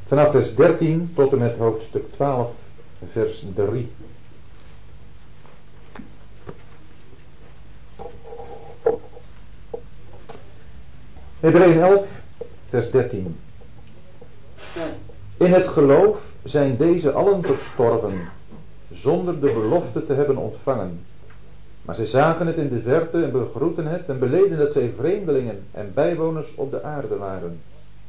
Vanaf vers 13 tot en met hoofdstuk 12, vers 3. Hebreeën 11, vers 13. In het geloof zijn deze allen gestorven, zonder de belofte te hebben ontvangen. Maar zij zagen het in de verte en begroetten het en beleden dat zij vreemdelingen en bijwoners op de aarde waren.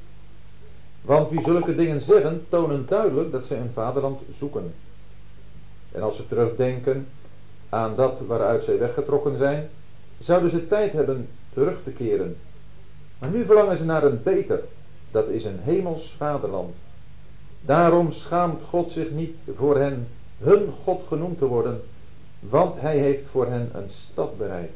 Want wie zulke dingen zeggen, tonen duidelijk dat zij een vaderland zoeken. En als ze terugdenken aan dat waaruit zij weggetrokken zijn, zouden ze tijd hebben terug te keren. Maar nu verlangen ze naar een beter, dat is een hemels vaderland. Daarom schaamt God zich niet voor hen hun God genoemd te worden, want hij heeft voor hen een stad bereid.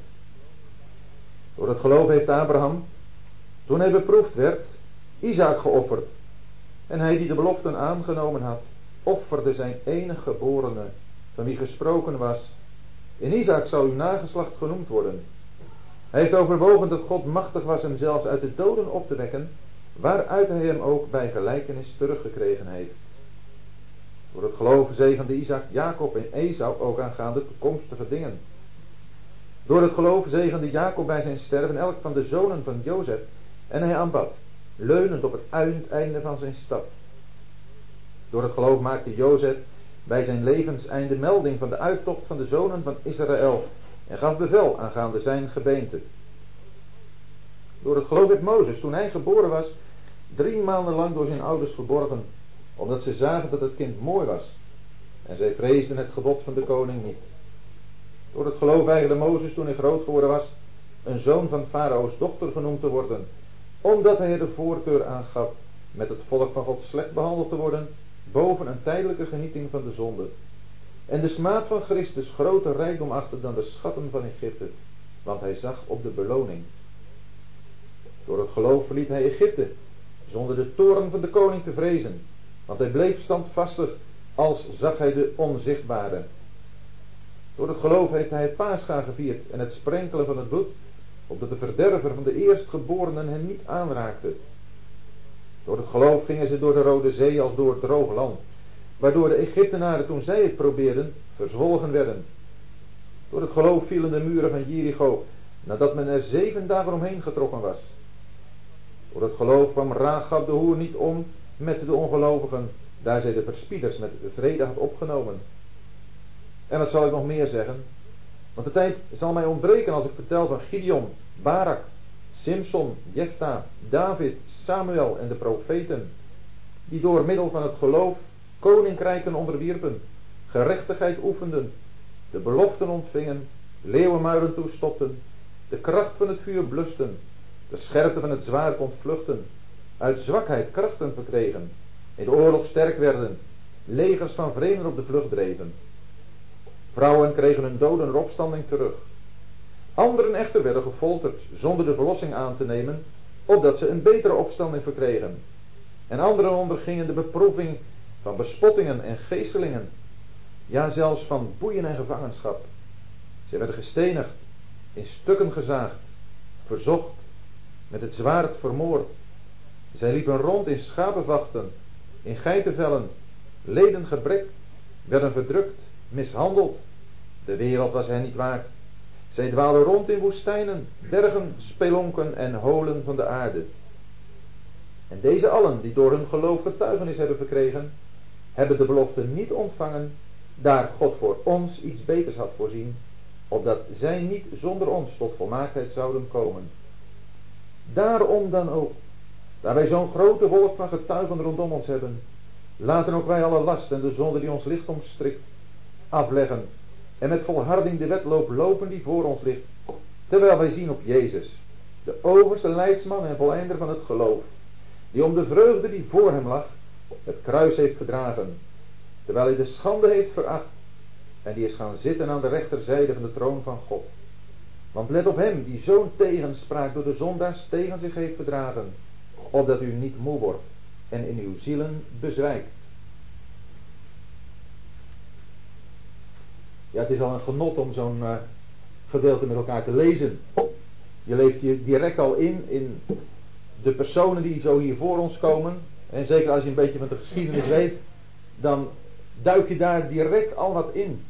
Door het geloof heeft Abraham, toen hij beproefd werd, Isaac geofferd. En hij die de beloften aangenomen had, offerde zijn enige geborene, van wie gesproken was: in Isaac zal uw nageslacht genoemd worden. Hij heeft overwogen dat God machtig was hem zelfs uit de doden op te wekken, waaruit hij hem ook bij gelijkenis teruggekregen heeft. Door het geloof zegende Isaac Jacob en Esau ook aangaande toekomstige dingen. Door het geloof zegende Jacob bij zijn sterven elk van de zonen van Jozef, en hij aanbad, leunend op het uiteinde van zijn staf. Door het geloof maakte Jozef bij zijn levenseinde melding van de uittocht van de zonen van Israël en gaf bevel aangaande zijn gebeente. Door het geloof werd Mozes, toen hij geboren was, 3 maanden lang door zijn ouders verborgen, omdat ze zagen dat het kind mooi was. En zij vreesden het gebod van de koning niet. Door het geloof weigerde Mozes, toen hij groot geworden was, een zoon van Farao's dochter genoemd te worden, omdat hij er de voorkeur aan gaf met het volk van God slecht behandeld te worden, boven een tijdelijke genieting van de zonde. En de smaad van Christus groter rijkdom achter dan de schatten van Egypte, want hij zag op de beloning. Door het geloof verliet hij Egypte, zonder de toorn van de koning te vrezen, want hij bleef standvastig, als zag hij de onzichtbare. Door het geloof heeft hij het Pascha gevierd en het sprenkelen van het bloed, opdat de verderver van de eerstgeborenen hen niet aanraakte. Door het geloof gingen ze door de Rode Zee als door droog land, waardoor de Egyptenaren, toen zij het probeerden, verzwolgen werden. Door het geloof vielen de muren van Jericho, nadat men er 7 dagen omheen getrokken was. Door het geloof kwam Rahab de hoer niet om met de ongelovigen, daar zij de verspieders met vrede had opgenomen. En wat zal ik nog meer zeggen? Want de tijd zal mij ontbreken als ik vertel van Gideon, Barak, Simson, Jefta, David, Samuel en de profeten, die door middel van het geloof koninkrijken onderwierpen, gerechtigheid oefenden, de beloften ontvingen, leeuwenmuilen toestopten, de kracht van het vuur blusten, de scherpte van het zwaard ontvluchten, uit zwakheid krachten verkregen, in de oorlog sterk werden, legers van vreemden op de vlucht dreven. Vrouwen kregen hun doden opstanding terug. Anderen echter werden gefolterd, zonder de verlossing aan te nemen, opdat ze een betere opstanding verkregen. En anderen ondergingen de beproeving van bespottingen en geestelingen, ja zelfs van boeien en gevangenschap. Zij werden gestenigd, in stukken gezaagd, verzocht, met het zwaard vermoord. Zij liepen rond in schapenvachten, in geitenvellen, leden gebrek, werden verdrukt, mishandeld. De wereld was hen niet waard. Zij dwaalden rond in woestijnen, bergen, spelonken en holen van de aarde. En deze allen, die door hun geloof getuigenis hebben verkregen, hebben de belofte niet ontvangen, daar God voor ons iets beters had voorzien, opdat zij niet zonder ons tot volmaaktheid zouden komen. Daarom dan ook, daar wij zo'n grote wolk van getuigen rondom ons hebben, laten ook wij alle last en de zonde die ons licht omstrikt, afleggen en met volharding de wedloop lopen die voor ons ligt, terwijl wij zien op Jezus, de overste leidsman en voleinder van het geloof, die om de vreugde die voor hem lag, het kruis heeft verdragen, terwijl hij de schande heeft veracht, en die is gaan zitten aan de rechterzijde van de troon van God. Want let op hem die zo'n tegenspraak door de zondaars tegen zich heeft verdragen, opdat u niet moe wordt en in uw zielen bezwijkt. Ja, het is al een genot om zo'n gedeelte met elkaar te lezen. Je leeft hier direct al in de personen die zo hier voor ons komen. En zeker als je een beetje van de geschiedenis weet, dan duik je daar direct al wat in.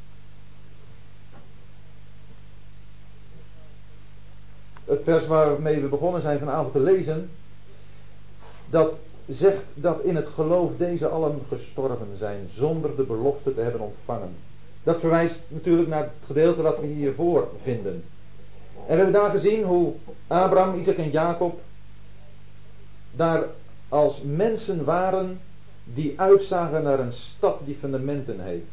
Het vers waarmee we begonnen zijn vanavond te lezen, dat zegt dat in het geloof deze allen gestorven zijn, zonder de belofte te hebben ontvangen. Dat verwijst natuurlijk naar het gedeelte wat we hiervoor vinden. En we hebben daar gezien hoe Abraham, Isaac en Jacob daar als mensen waren die uitzagen naar een stad die fundamenten heeft.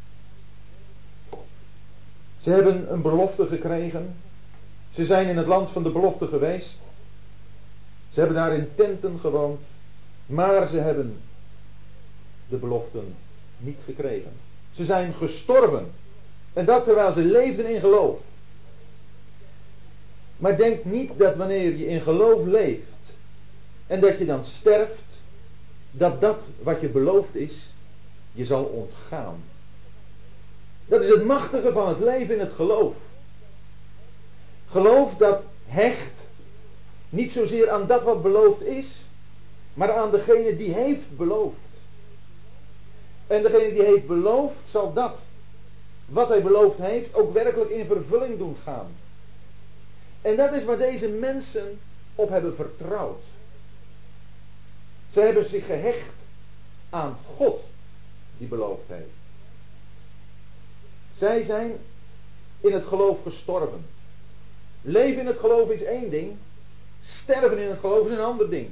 Ze hebben een belofte gekregen. Ze zijn in het land van de belofte geweest. Ze hebben daar in tenten gewoond. Maar ze hebben de beloften niet gekregen. Ze zijn gestorven. En dat terwijl ze leefden in geloof. Maar denk niet dat wanneer je in geloof leeft en dat je dan sterft, dat dat wat je beloofd is, je zal ontgaan. Dat is het machtige van het leven in het geloof. Geloof dat hecht niet zozeer aan dat wat beloofd is, maar aan degene die heeft beloofd. En degene die heeft beloofd, zal dat wat hij beloofd heeft ook werkelijk in vervulling doen gaan. En dat is waar deze mensen op hebben vertrouwd. Ze hebben zich gehecht aan God die beloofd heeft. Zij zijn in het geloof gestorven. Leven in het geloof is één ding. Sterven in het geloof is een ander ding.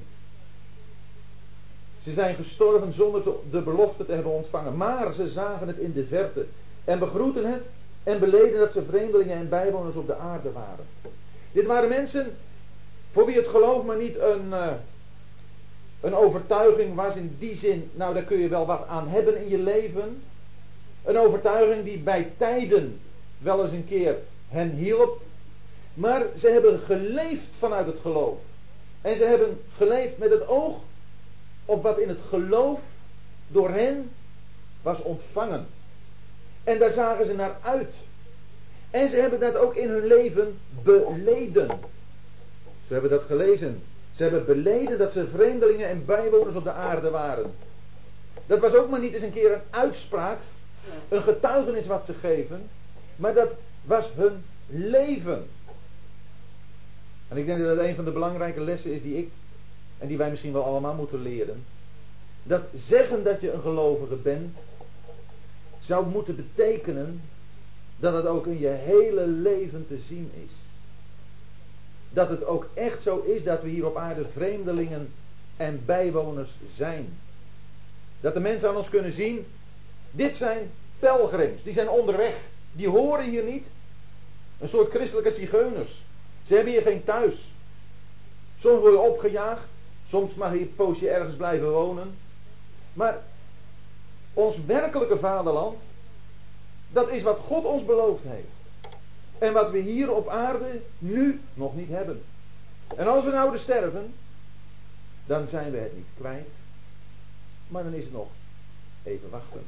Ze zijn gestorven zonder de belofte te hebben ontvangen. Maar ze zagen het in de verte. En begroeten het. En beleden dat ze vreemdelingen en bijwoners op de aarde waren. Dit waren mensen voor wie het geloof maar niet een overtuiging was in die zin. Nou, daar kun je wel wat aan hebben in je leven. Een overtuiging die bij tijden wel eens een keer hen hielp. Maar ze hebben geleefd vanuit het geloof. En ze hebben geleefd met het oog op wat in het geloof door hen was ontvangen. En daar zagen ze naar uit. En ze hebben dat ook in hun leven beleden. Ze hebben dat gelezen. Ze hebben beleden dat ze vreemdelingen en bijwoners op de aarde waren. Dat was ook maar niet eens een keer een uitspraak, een getuigenis wat ze geven, maar dat was hun leven. En ik denk dat dat een van de belangrijke lessen is die ik en die wij misschien wel allemaal moeten leren. Dat zeggen dat je een gelovige bent, zou moeten betekenen dat het ook in je hele leven te zien is. Dat het ook echt zo is dat we hier op aarde vreemdelingen en bijwoners zijn. Dat de mensen aan ons kunnen zien, dit zijn pelgrims, die zijn onderweg. Die horen hier niet. Een soort christelijke zigeuners. Ze hebben hier geen thuis. Soms word je opgejaagd. Soms mag je een poosje ergens blijven wonen. Maar ons werkelijke vaderland, dat is wat God ons beloofd heeft. En wat we hier op aarde nu nog niet hebben. En als we zouden sterven, dan zijn we het niet kwijt. Maar dan is het nog even wachten.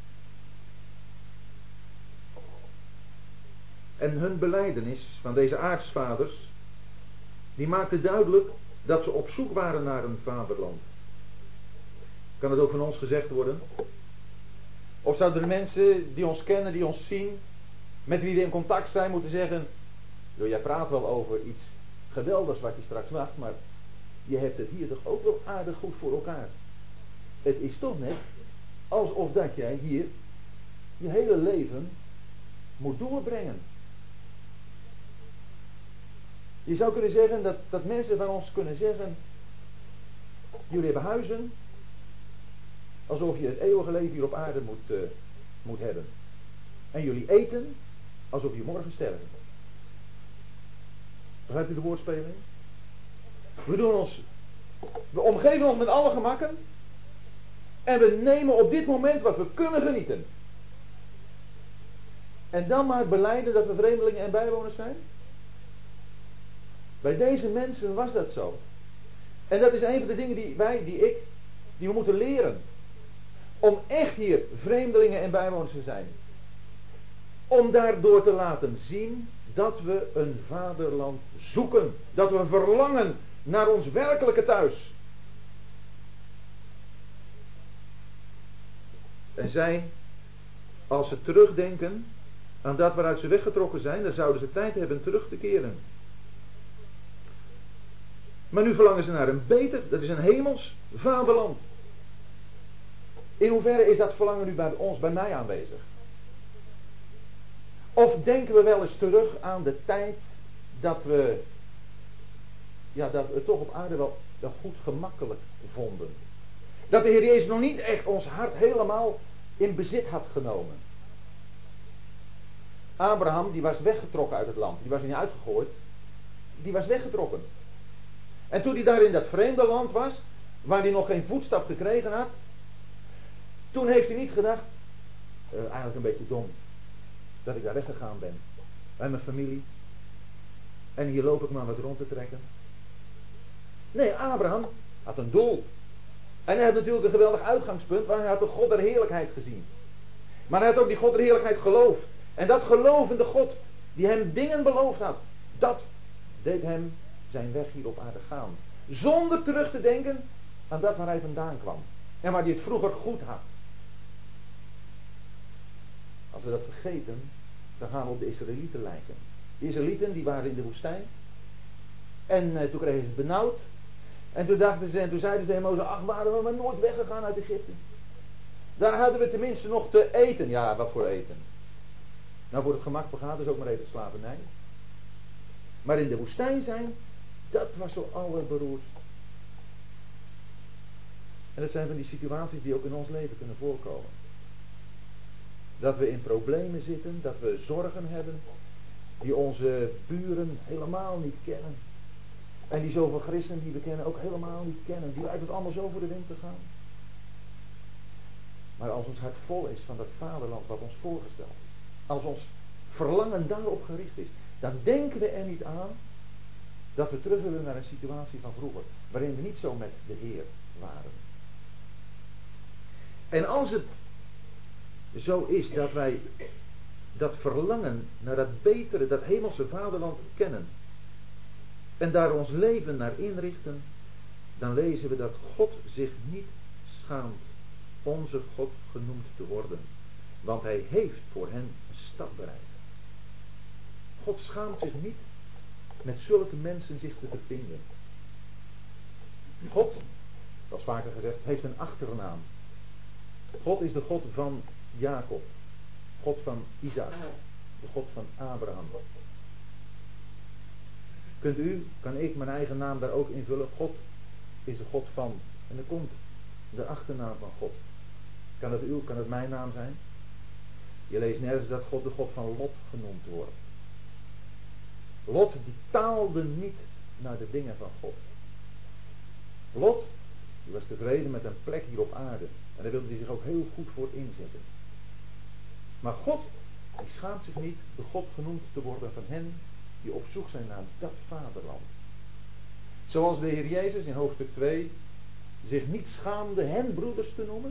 En hun belijdenis van deze aartsvaders, die maakte duidelijk dat ze op zoek waren naar een vaderland. Kan het ook van ons gezegd worden? Of zouden de mensen die ons kennen, die ons zien, met wie we in contact zijn, moeten zeggen: joh, jij praat wel over iets geweldigs wat je straks wacht, maar je hebt het hier toch ook wel aardig goed voor elkaar. Het is toch net alsof dat jij hier je hele leven moet doorbrengen. Je zou kunnen zeggen dat mensen van ons kunnen zeggen: jullie hebben huizen, alsof je het eeuwige leven hier op aarde moet hebben. En jullie eten, alsof je morgen sterven. Begrijpt u de woordspeling? We omgeven ons met alle gemakken. En we nemen op dit moment wat we kunnen genieten. En dan maar belijden dat we vreemdelingen en bijwoners zijn. Bij deze mensen was dat zo. En dat is een van de dingen die we moeten leren. Om echt hier vreemdelingen en bijwoners te zijn. Om daardoor te laten zien dat we een vaderland zoeken. Dat we verlangen naar ons werkelijke thuis. En zij, als ze terugdenken aan dat waaruit ze weggetrokken zijn, dan zouden ze tijd hebben terug te keren. Maar nu verlangen ze naar een beter, dat is een hemels vaderland. In hoeverre is dat verlangen nu bij ons, bij mij aanwezig? Of denken we wel eens terug aan de tijd dat we het toch op aarde wel goed gemakkelijk vonden. Dat de Heer Jezus nog niet echt ons hart helemaal in bezit had genomen. Abraham, die was weggetrokken uit het land. Die was niet uitgegooid. Die was weggetrokken. En toen hij daar in dat vreemde land was, waar hij nog geen voetstap gekregen had, toen heeft hij niet gedacht, eigenlijk een beetje dom, dat ik daar weggegaan ben. Bij mijn familie. En hier loop ik maar wat rond te trekken. Nee, Abraham had een doel. En hij had natuurlijk een geweldig uitgangspunt, want hij had de God der heerlijkheid gezien. Maar hij had ook die God der heerlijkheid geloofd. En dat gelovende God, die hem dingen beloofd had, dat deed hem zijn weg hier op aarde gaan. Zonder terug te denken aan dat waar hij vandaan kwam. En waar hij het vroeger goed had. Als we dat vergeten, dan gaan we op de Israëlieten lijken. De Israëlieten die waren in de woestijn. En toen kregen ze het benauwd. En toen dachten ze, en toen zeiden ze tegen Mozes, ach, waren we maar nooit weggegaan uit Egypte. Daar hadden we tenminste nog te eten. Ja, wat voor eten? Nou, voor het gemak vergaat dus ook maar even slavernij. Maar in de woestijn zijn, dat was zo allerberoerdst. En dat zijn van die situaties die ook in ons leven kunnen voorkomen. Dat we in problemen zitten, dat we zorgen hebben, die onze buren helemaal niet kennen. En die zoveel christenen die we kennen ook helemaal niet kennen. Die lijkt het allemaal zo voor de wind te gaan. Maar als ons hart vol is van dat vaderland wat ons voorgesteld is. Als ons verlangen daarop gericht is. Dan denken we er niet aan dat we terug willen naar een situatie van vroeger. Waarin we niet zo met de Heer waren. En als het zo is dat wij dat verlangen naar dat betere, dat hemelse vaderland kennen. En daar ons leven naar inrichten. Dan lezen we dat God zich niet schaamt onze God genoemd te worden. Want hij heeft voor hen een stap bereid. God schaamt zich niet met zulke mensen zich te verbinden. God, zoals vaker gezegd, heeft een achternaam. God is de God van Jacob. God van Isaac. De God van Abraham. Kan ik mijn eigen naam daar ook invullen? God is de God van. En er komt de achternaam van God. Kan het mijn naam zijn? Je leest nergens dat God de God van Lot genoemd wordt. Lot die taalde niet naar de dingen van God. Lot die was tevreden met een plek hier op aarde. En daar wilde hij zich ook heel goed voor inzetten. Maar God, die schaamt zich niet de God genoemd te worden van hen die op zoek zijn naar dat vaderland. Zoals de Heer Jezus in hoofdstuk 2 zich niet schaamde hen broeders te noemen.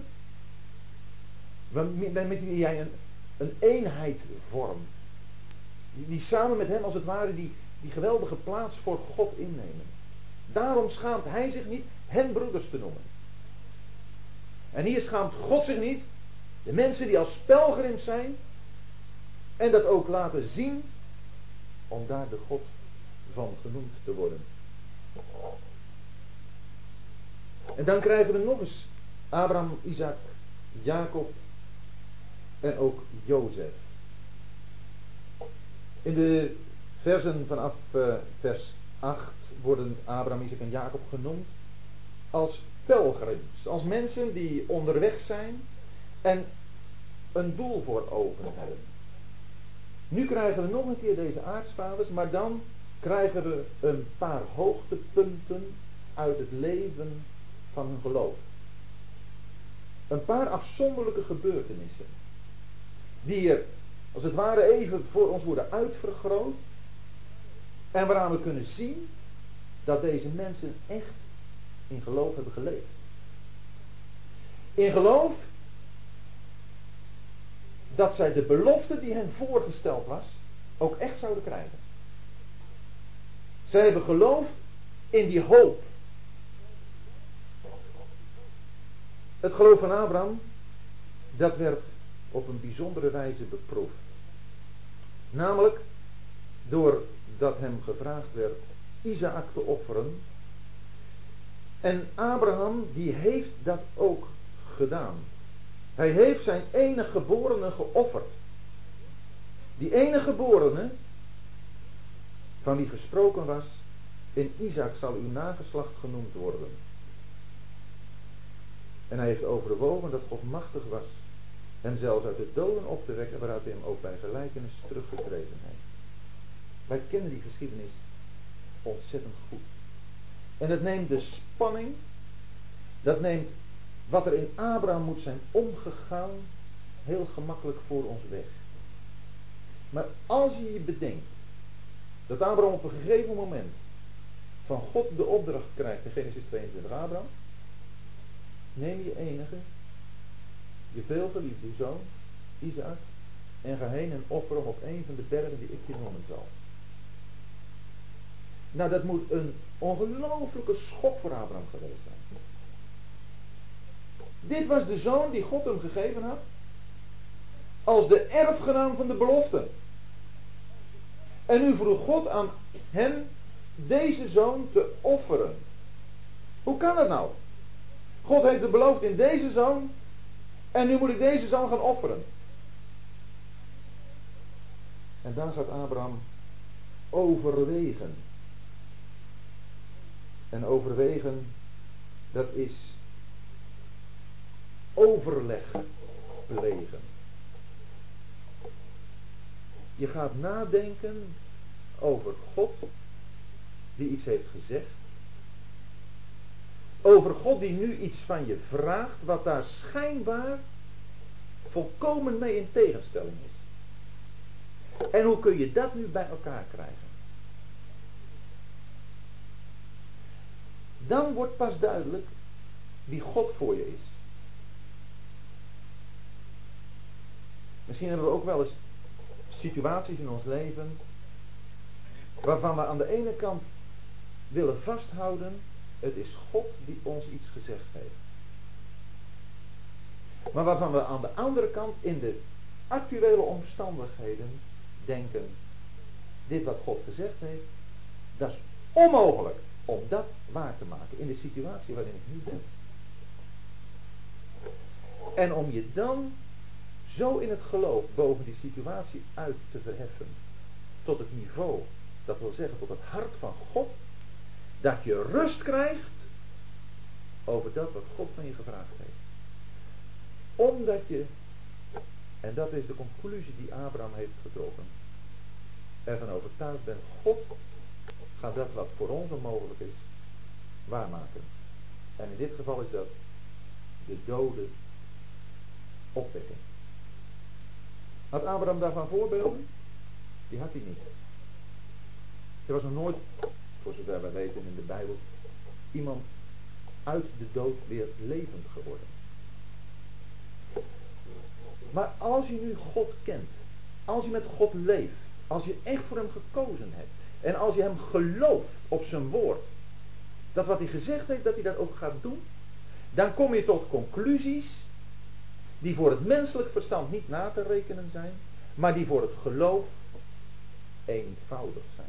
Met wie jij een eenheid vormt. Die samen met hem als het ware die geweldige plaats voor God innemen. Daarom schaamt hij zich niet hen broeders te noemen. En hier schaamt God zich niet de mensen die als pelgrims zijn en dat ook laten zien om daar de God van genoemd te worden. En dan krijgen we nog eens Abraham, Isaac, Jacob en ook Jozef. In de versen vanaf vers 8 worden Abraham, Isaac en Jacob genoemd als pelgrims. Als mensen die onderweg zijn en een doel voor ogen hebben. Nu krijgen we nog een keer deze aartsvaders, maar dan krijgen we een paar hoogtepunten uit het leven van hun geloof. Een paar afzonderlijke gebeurtenissen. Die er als het ware even voor ons worden uitvergroot. En waaraan we kunnen zien dat deze mensen echt in geloof hebben geleefd. In geloof dat zij de belofte die hen voorgesteld was ook echt zouden krijgen. Zij hebben geloofd in die hoop. Het geloof van Abraham, dat werd op een bijzondere wijze beproefd. Namelijk doordat hem gevraagd werd Isaac te offeren. En Abraham die heeft dat ook gedaan. Hij heeft zijn enige geborene geofferd. Die enige geborene van wie gesproken was, in Isaac zal uw nageslacht genoemd worden. En hij heeft overwogen dat God machtig was hem zelfs uit de doden op te wekken, waaruit hij hem ook bij gelijkenis teruggekregen heeft. Wij kennen die geschiedenis ontzettend goed. En het neemt de spanning, dat neemt wat er in Abraham moet zijn omgegaan, heel gemakkelijk voor ons weg. Maar als je je bedenkt dat Abraham op een gegeven moment van God de opdracht krijgt in Genesis 22, Abraham, neem je enige, je veelgeliefde zoon, Isaac, en ga heen en offer hem op een van de bergen die ik je noemen zal. Nou, dat moet een ongelooflijke schok voor Abraham geweest zijn. Dit was de zoon die God hem gegeven had, als de erfgenaam van de belofte. En nu vroeg God aan hem deze zoon te offeren. Hoe kan dat nou? God heeft het beloofd in deze zoon, en nu moet ik deze zoon gaan offeren. En daar gaat Abraham overwegen. En overwegen, dat is overleg plegen. Je gaat nadenken over God die iets heeft gezegd. Over God die nu iets van je vraagt wat daar schijnbaar volkomen mee in tegenstelling is. En hoe kun je dat nu bij elkaar krijgen? Dan wordt pas duidelijk wie God voor je is. Misschien hebben we ook wel eens situaties in ons leven waarvan we aan de ene kant willen vasthouden, het is God die ons iets gezegd heeft. Maar waarvan we aan de andere kant in de actuele omstandigheden denken, dit wat God gezegd heeft, dat is onmogelijk om dat waar te maken in de situatie waarin ik nu ben. En om je dan zo in het geloof boven die situatie uit te verheffen, tot het niveau, dat wil zeggen tot het hart van God, dat je rust krijgt over dat wat God van je gevraagd heeft. Omdat je, en dat is de conclusie die Abraham heeft getrokken, ervan overtuigd bent, God gaat dat wat voor ons onmogelijk is, waarmaken. En in dit geval is dat de doden opwekken. Had Abraham daarvan voorbeelden? Die had hij niet. Er was nog nooit, voor zover wij weten in de Bijbel, iemand uit de dood weer levend geworden. Maar als je nu God kent, als je met God leeft, als je echt voor hem gekozen hebt, en als je hem gelooft op zijn woord, dat wat hij gezegd heeft, dat hij dat ook gaat doen, dan kom je tot conclusies die voor het menselijk verstand niet na te rekenen zijn, maar die voor het geloof eenvoudig zijn.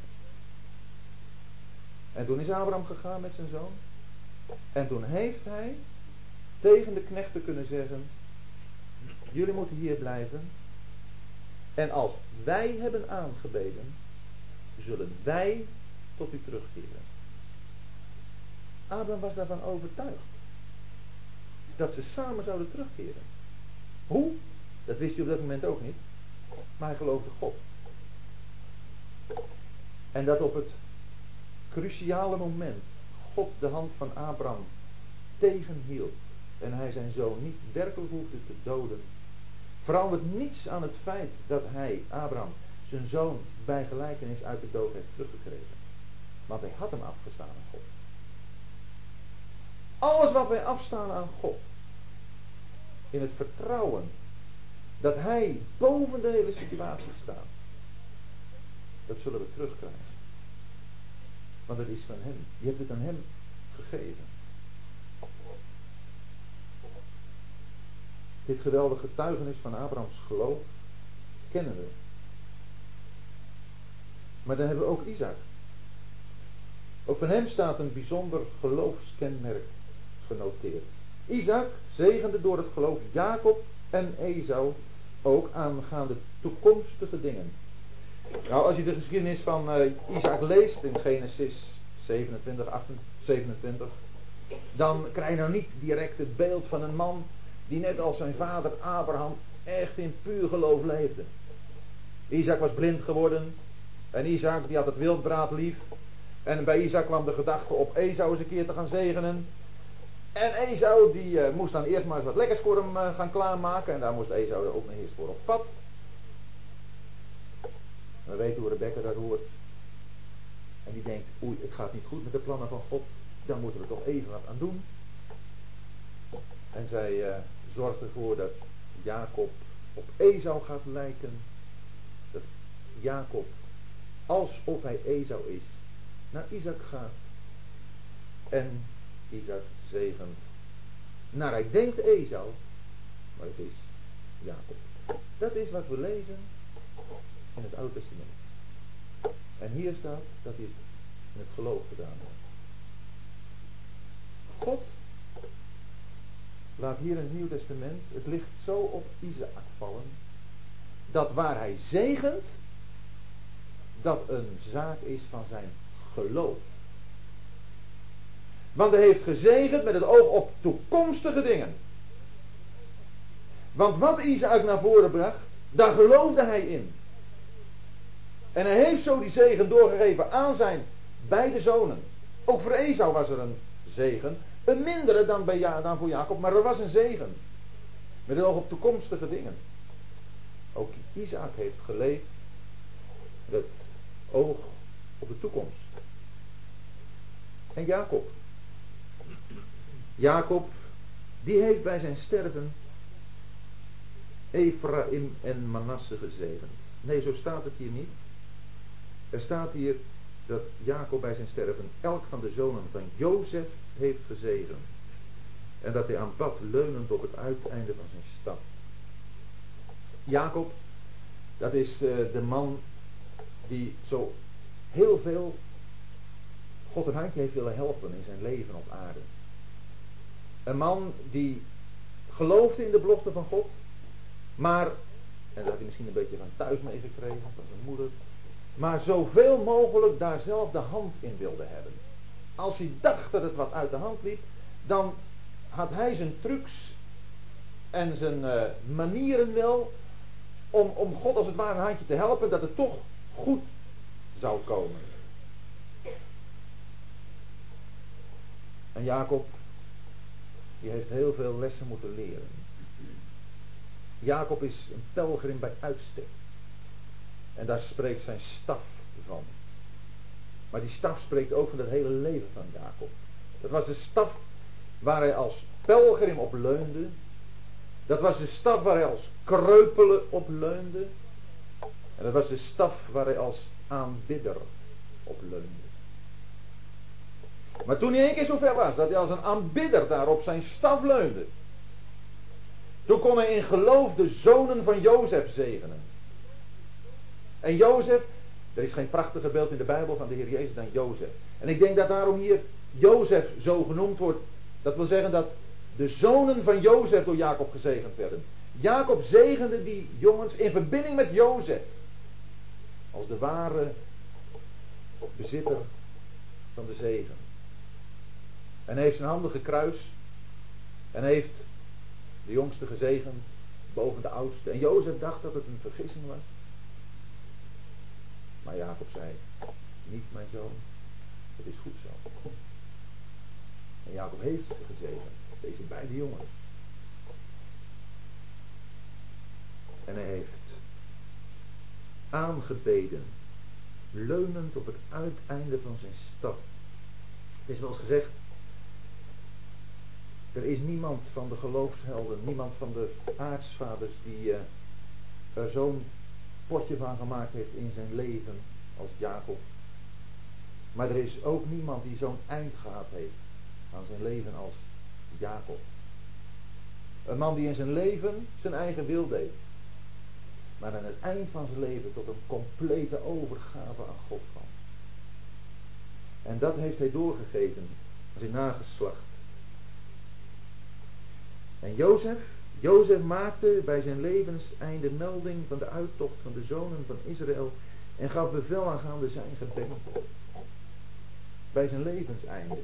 En toen is Abraham gegaan met zijn zoon. En toen heeft hij tegen de knechten kunnen zeggen, jullie moeten hier blijven. En als wij hebben aangebeden, zullen wij tot u terugkeren. Abraham was daarvan overtuigd. Dat ze samen zouden terugkeren. Hoe? Dat wist hij op dat moment ook niet. Maar hij geloofde God. En dat op het cruciale moment God de hand van Abraham tegenhield. En hij zijn zoon niet werkelijk hoefde te doden. Verandert niets aan het feit dat hij, Abraham, zijn zoon bij gelijkenis uit de dood heeft teruggekregen. Want hij had hem afgestaan aan God. Alles wat wij afstaan aan God, in het vertrouwen dat hij boven de hele situatie staat, dat zullen we terugkrijgen. Want het is van hem. Je hebt het aan hem gegeven. Dit geweldige getuigenis van Abrahams geloof kennen we. Maar dan hebben we ook Isaac. Ook van hem staat een bijzonder geloofskenmerk genoteerd. Isaac zegende door het geloof Jacob en Esau ook aangaande toekomstige dingen. Nou, als je de geschiedenis van Isaac leest in Genesis 27, dan krijg je nou niet direct het beeld van een man die net als zijn vader Abraham echt in puur geloof leefde. Isaac was blind geworden en Isaac die had het wildbraad lief. En bij Isaac kwam de gedachte op Esau eens een keer te gaan zegenen. En Esau die moest dan eerst maar eens wat lekkers voor hem gaan klaarmaken. En daar moest Esau ook nog eerst voor op pad. En we weten hoe Rebecca dat hoort. En die denkt, oei, het gaat niet goed met de plannen van God. Dan moeten we toch even wat aan doen. En zij zorgt ervoor dat Jacob op Esau gaat lijken. Dat Jacob, alsof hij Esau is, naar Isaac gaat. En Isaac zegent. Naar hij denkt Esau, maar het is Jacob. Dat is wat we lezen in het Oude Testament. En hier staat dat hij het in het geloof gedaan heeft. God laat hier in het Nieuw Testament het licht zo op Isaac vallen, dat waar hij zegent, dat een zaak is van zijn geloof. Want hij heeft gezegend met het oog op toekomstige dingen. Want wat Isaac naar voren bracht, daar geloofde hij in. En hij heeft zo die zegen doorgegeven aan zijn beide zonen. Ook voor Esau was er een zegen. Een mindere dan voor Jacob, maar er was een zegen. Met het oog op toekomstige dingen. Ook Isaac heeft geleefd met het oog op de toekomst. En Jacob. Jacob, die heeft bij zijn sterven Ephraim en Manasse gezegend. Nee, zo staat het hier niet. Er staat hier dat Jacob bij zijn sterven elk van de zonen van Jozef heeft gezegend. En dat hij aanbad leunend op het uiteinde van zijn staf. Jacob, dat is de man die zo heel veel God een handje heeft willen helpen in zijn leven op aarde. Een man die geloofde in de belofte van God, maar, en dat had hij misschien een beetje van thuis meegekregen, van zijn moeder, maar zoveel mogelijk daar zelf de hand in wilde hebben. Als hij dacht dat het wat uit de hand liep, dan had hij zijn trucs en zijn manieren wel om God als het ware een handje te helpen dat het toch goed zou komen. En Jacob, die heeft heel veel lessen moeten leren. Jacob is een pelgrim bij uitstek. En daar spreekt zijn staf van. Maar die staf spreekt ook van het hele leven van Jacob. Dat was de staf waar hij als pelgrim op leunde. Dat was de staf waar hij als kreupele op leunde. En dat was de staf waar hij als aanbidder op leunde. Maar toen hij één keer zover was dat hij als een aanbidder daar op zijn staf leunde, toen kon hij in geloof de zonen van Jozef zegenen. En Jozef, er is geen prachtiger beeld in de Bijbel van de Heer Jezus dan Jozef. En ik denk dat daarom hier Jozef zo genoemd wordt. Dat wil zeggen dat de zonen van Jozef door Jacob gezegend werden. Jacob zegende die jongens in verbinding met Jozef. Als de ware bezitter van de zegen. En hij heeft zijn handen gekruist. En heeft de jongste gezegend boven de oudste. En Jozef dacht dat het een vergissing was. Maar Jacob zei, niet mijn zoon, het is goed zo. En Jacob heeft ze gezegend, deze beide jongens. En hij heeft aangebeden, leunend op het uiteinde van zijn staf. Het is wel eens gezegd, er is niemand van de geloofshelden, niemand van de aartsvaders die er zo'n potje van gemaakt heeft in zijn leven als Jacob. Maar er is ook niemand die zo'n eind gehad heeft aan zijn leven als Jacob. Een man die in zijn leven zijn eigen wil deed. Maar aan het eind van zijn leven tot een complete overgave aan God kwam. En dat heeft hij doorgegeven aan zijn nageslacht. En Jozef maakte bij zijn levenseinde melding van de uittocht van de zonen van Israël en gaf bevel aangaande zijn gebeente. Bij zijn levenseinde.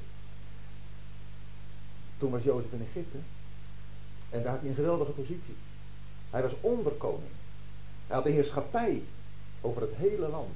Toen was Jozef in Egypte en daar had hij een geweldige positie. Hij was onderkoning. Hij had de heerschappij over het hele land.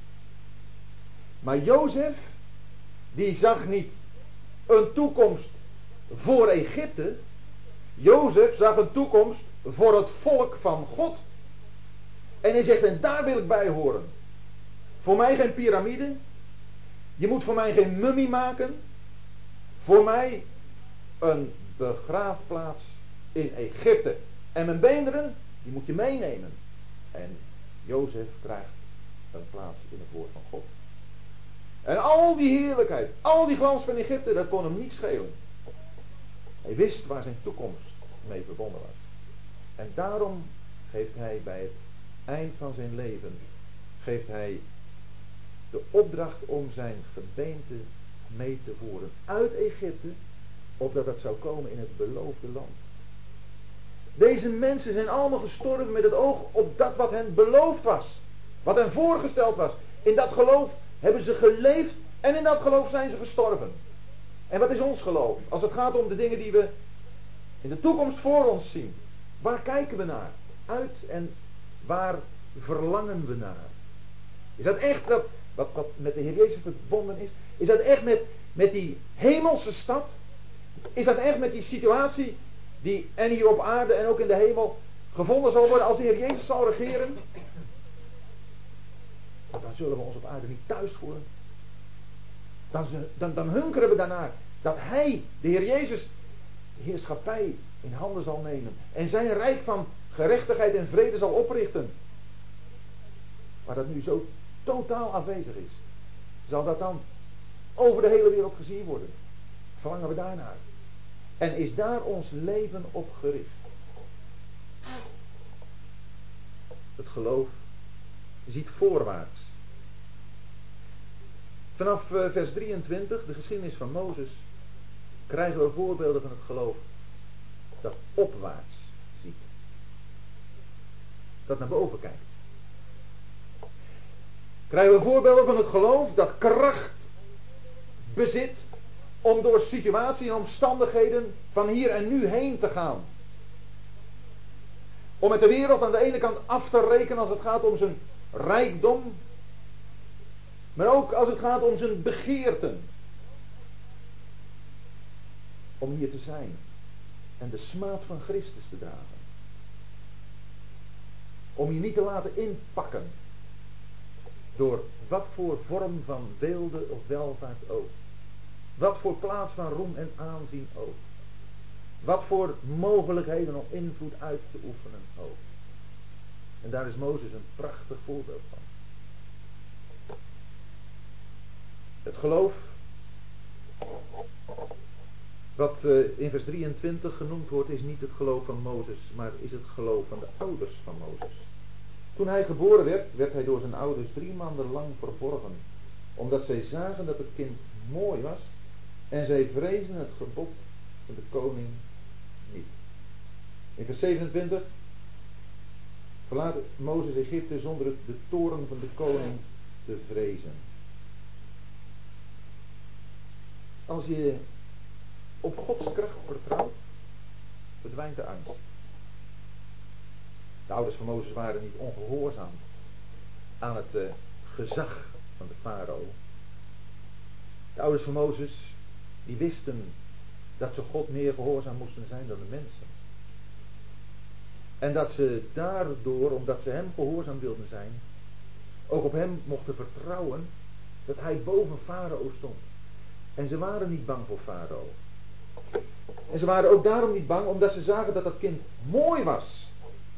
Maar Jozef, die zag niet een toekomst voor Egypte. Jozef zag een toekomst voor het volk van God. En hij zegt, en daar wil ik bij horen. Voor mij geen piramide. Je moet voor mij geen mummie maken. Voor mij een begraafplaats in Egypte. En mijn beenderen, die moet je meenemen. En Jozef krijgt een plaats in het woord van God. En al die heerlijkheid, al die glans van Egypte, dat kon hem niet schelen. Hij wist waar zijn toekomst mee verbonden was. En daarom geeft hij bij het eind van zijn leven, geeft hij de opdracht om zijn gebeente mee te voeren uit Egypte, opdat het zou komen in het beloofde land. Deze mensen zijn allemaal gestorven met het oog op dat wat hen beloofd was. Wat hen voorgesteld was. In dat geloof hebben ze geleefd en in dat geloof zijn ze gestorven. En wat is ons geloof? Als het gaat om de dingen die we in de toekomst voor ons zien. Waar kijken we naar? Uit en waar verlangen we naar? Is dat echt dat wat met de Heer Jezus verbonden is? Is dat echt met die hemelse stad? Is dat echt met die situatie die en hier op aarde en ook in de hemel gevonden zal worden als de Heer Jezus zal regeren? Want dan zullen we ons op aarde niet thuis voelen. Dan hunkeren we daarnaar dat Hij, de Heer Jezus, de heerschappij in handen zal nemen. En zijn rijk van gerechtigheid en vrede zal oprichten. Waar dat nu zo totaal afwezig is. Zal dat dan over de hele wereld gezien worden? Verlangen we daarnaar? En is daar ons leven op gericht? Het geloof ziet voorwaarts. Vanaf vers 23, de geschiedenis van Mozes, krijgen we voorbeelden van het geloof dat opwaarts ziet. Dat naar boven kijkt. Krijgen we voorbeelden van het geloof dat kracht bezit om door situaties en omstandigheden van hier en nu heen te gaan. Om met de wereld aan de ene kant af te rekenen als het gaat om zijn rijkdom, maar ook als het gaat om zijn begeerten. Om hier te zijn en de smaad van Christus te dragen. Om je niet te laten inpakken door wat voor vorm van weelde of welvaart ook. Wat voor plaats van roem en aanzien ook. Wat voor mogelijkheden om invloed uit te oefenen ook. En daar is Mozes een prachtig voorbeeld van. Het geloof, wat in vers 23 genoemd wordt, is niet het geloof van Mozes, maar is het geloof van de ouders van Mozes. Toen hij geboren werd, werd hij door zijn ouders 3 maanden lang verborgen, omdat zij zagen dat het kind mooi was en zij vreesden het gebod van de koning niet. In vers 27 verlaat Mozes Egypte zonder de toorn van de koning te vrezen. Als je op Gods kracht vertrouwt, verdwijnt de angst. De ouders van Mozes waren niet ongehoorzaam aan het gezag van de farao. De ouders van Mozes, die wisten dat ze God meer gehoorzaam moesten zijn dan de mensen. En dat ze daardoor, omdat ze hem gehoorzaam wilden zijn, ook op hem mochten vertrouwen dat hij boven farao stond. En ze waren niet bang voor farao. En ze waren ook daarom niet bang, omdat ze zagen dat dat kind mooi was.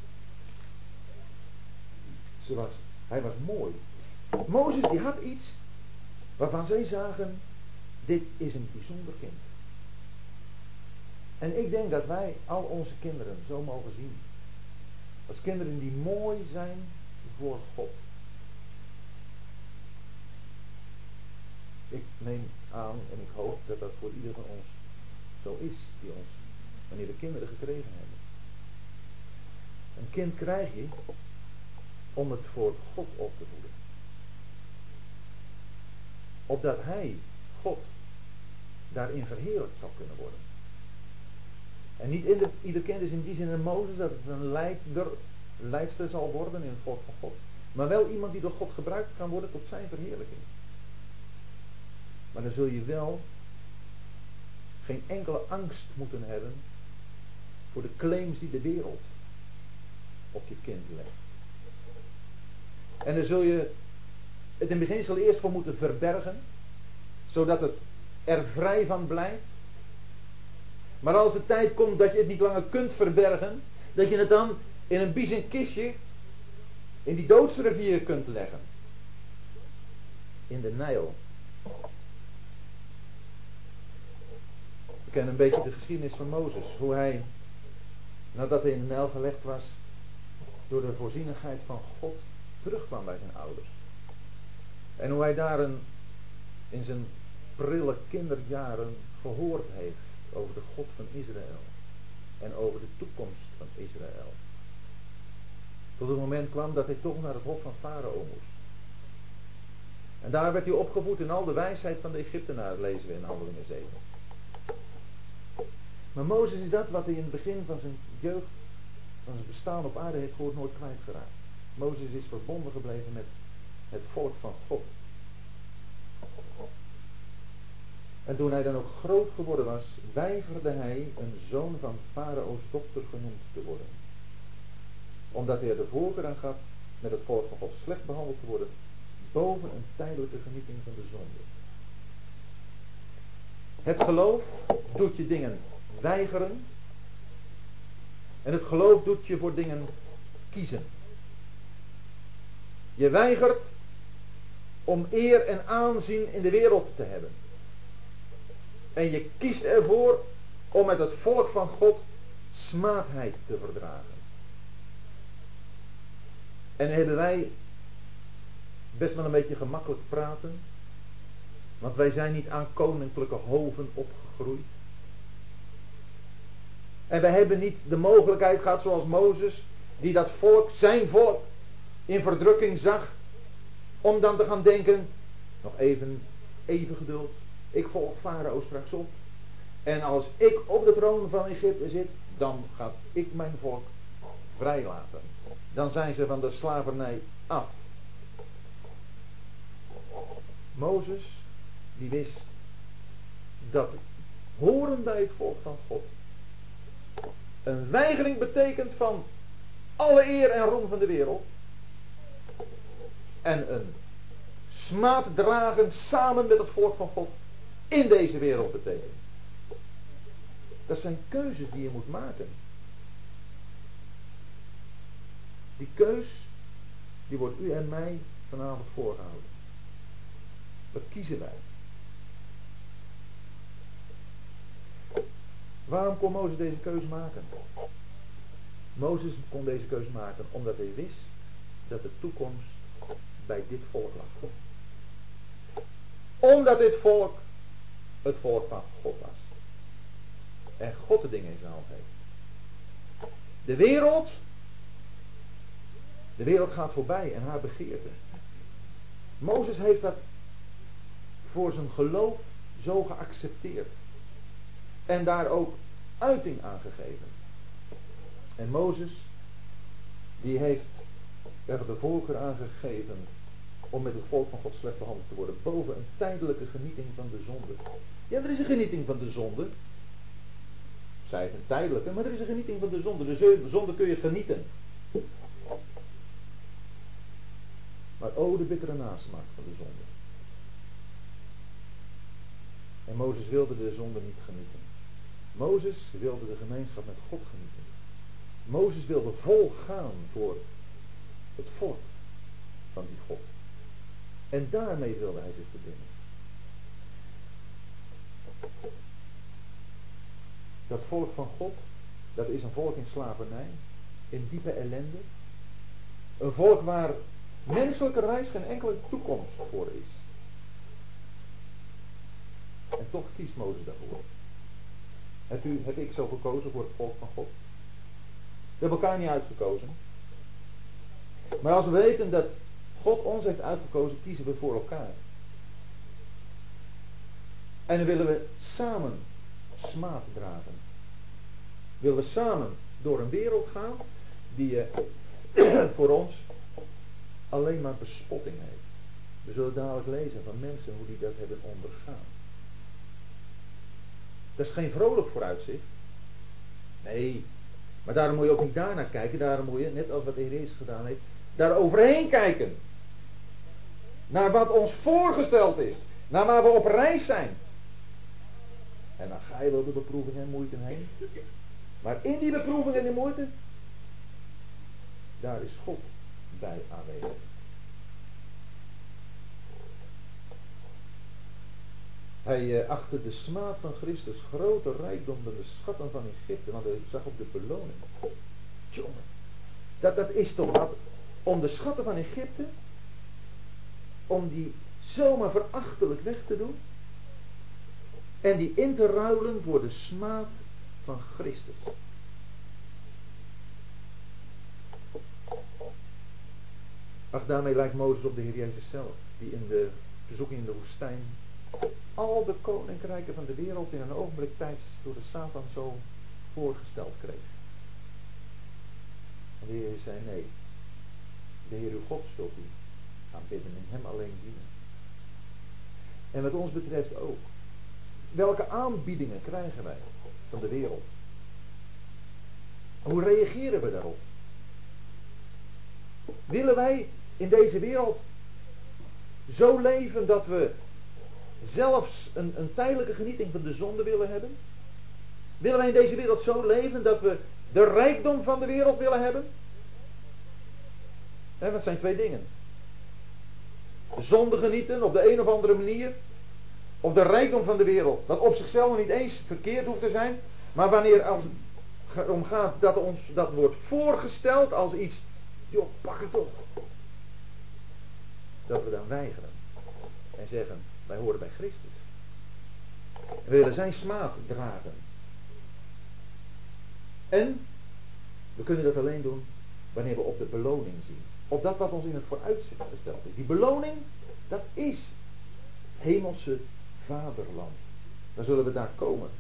Hij was mooi. Mozes die had iets waarvan zij zagen, dit is een bijzonder kind. En ik denk dat wij al onze kinderen zo mogen zien. Als kinderen die mooi zijn voor God. Ik neem aan en ik hoop dat dat voor ieder van ons zo is, wanneer we kinderen gekregen hebben. Een kind krijg je om het voor God op te voeden. Opdat hij, God, daarin verheerlijkt zal kunnen worden. En niet ieder kind is in die zin een Mozes, dat het een leidster zal worden in het volk van God. Maar wel iemand die door God gebruikt kan worden tot zijn verheerlijking. Maar dan zul je wel geen enkele angst moeten hebben voor de claims die de wereld op je kind legt. En dan zul je het in beginsel eerst voor moeten verbergen, zodat het er vrij van blijft. Maar als de tijd komt dat je het niet langer kunt verbergen, dat je het dan in een biezen kistje in die doodsrivier kunt leggen. In de Nijl. We kennen een beetje de geschiedenis van Mozes. Hoe hij, nadat hij in de Nijl gelegd was, door de voorzienigheid van God terugkwam bij zijn ouders. En hoe hij daar in zijn prille kinderjaren gehoord heeft over de God van Israël. En over de toekomst van Israël. Tot het moment kwam dat hij toch naar het hof van Farao moest. En daar werd hij opgevoed in al de wijsheid van de Egyptenaar, lezen we in Handelingen 7. Maar Mozes is dat wat hij in het begin van zijn jeugd, van zijn bestaan op aarde heeft gehoord, nooit kwijtgeraakt. Mozes is verbonden gebleven met het volk van God. En toen hij dan ook groot geworden was, weigerde hij een zoon van Farao's dochter genoemd te worden. Omdat hij er de voorkeur aan gaf met het volk van God slecht behandeld te worden, boven een tijdelijke genieting van de zonde. Het geloof doet je dingen weigeren. En het geloof doet je voor dingen kiezen. Je weigert om eer en aanzien in de wereld te hebben. En je kiest ervoor om met het volk van God smaadheid te verdragen. En hebben wij best wel een beetje gemakkelijk praten. Want wij zijn niet aan koninklijke hoven opgegroeid. En wij hebben niet de mogelijkheid gehad zoals Mozes, die dat volk, zijn volk, in verdrukking zag. Om dan te gaan denken, nog even geduld. Ik volg Farao straks op. En als ik op de troon van Egypte zit, dan ga ik mijn volk vrijlaten. Dan zijn ze van de slavernij af. Mozes, die wist dat horen bij het volk van God een weigering betekent van alle eer en roem van de wereld. En een smaad dragen samen met het volk van God in deze wereld betekent. Dat zijn keuzes die je moet maken. Die keus, die wordt u en mij vanavond voorgehouden. Wat kiezen wij? Waarom kon Mozes deze keuze maken? Mozes kon deze keuze maken omdat hij wist dat de toekomst bij dit volk lag. Omdat dit volk het volk van God was. En God de dingen in zijn hand heeft. De wereld gaat voorbij en haar begeerte. Mozes heeft dat voor zijn geloof zo geaccepteerd. En daar ook uiting aan gegeven. En Mozes, die heeft er de voorkeur aan gegeven om met het volk van God slecht behandeld te worden, boven een tijdelijke genieting van de zonde. Ja, er is een genieting van de zonde. Zij het een tijdelijke, maar er is een genieting van de zonde. De zonde kun je genieten. Maar de bittere nasmaak van de zonde. En Mozes wilde de zonde niet genieten. Mozes wilde de gemeenschap met God genieten. Mozes wilde vol gaan voor het volk van die God. En daarmee wilde hij zich verbinden. Dat volk van God, dat is een volk in slavernij, in diepe ellende. Een volk waar menselijkerwijs geen enkele toekomst voor is. En toch kiest Mozes daarvoor. Heb ik zo gekozen voor het volk van God? We hebben elkaar niet uitgekozen. Maar als we weten dat God ons heeft uitgekozen, kiezen we voor elkaar. En dan willen we samen smaad dragen. Willen we samen door een wereld gaan die voor ons alleen maar bespotting heeft. We zullen dadelijk lezen van mensen hoe die dat hebben ondergaan. Dat is geen vrolijk vooruitzicht. Nee, maar daarom moet je ook niet daarnaar kijken. Daarom moet je, net als wat de Heer Jezus gedaan heeft, daar overheen kijken. Naar wat ons voorgesteld is. Naar waar we op reis zijn. En dan ga je wel de beproevingen en moeite heen. Maar in die beproevingen en die moeite, daar is God bij aanwezig. Hij achtte de smaad van Christus groter rijkdom dan de schatten van Egypte, want hij zag op de beloning. Jongen, dat is toch wat, om de schatten van Egypte, om die zomaar verachtelijk weg te doen en die in te ruilen voor de smaad van Christus. Ach, daarmee lijkt Mozes op de Heer Jezus zelf, die in de verzoeking in de woestijn al de koninkrijken van de wereld in een ogenblik tijds door de Satan zo voorgesteld kreeg. En de Heer zei nee, de Heer uw God zult u aanbidden en hem alleen dienen. En wat ons betreft ook. Welke aanbiedingen krijgen wij van de wereld? Hoe reageren we daarop? Willen wij in deze wereld zo leven dat we zelfs een tijdelijke genieting van de zonde willen hebben? Willen wij in deze wereld zo leven dat we de rijkdom van de wereld willen hebben? En dat zijn twee dingen. De zonde genieten op de een of andere manier. Of de rijkdom van de wereld. Wat op zichzelf niet eens verkeerd hoeft te zijn. Maar wanneer als het erom gaat dat ons dat wordt voorgesteld als iets. Joh, pak het toch. Dat we dan weigeren. En zeggen, wij horen bij Christus. We willen zijn smaad dragen. En we kunnen dat alleen doen wanneer we op de beloning zien. Op dat wat ons in het vooruitzicht gesteld is. Die beloning, dat is hemelse vaderland. Dan zullen we daar komen.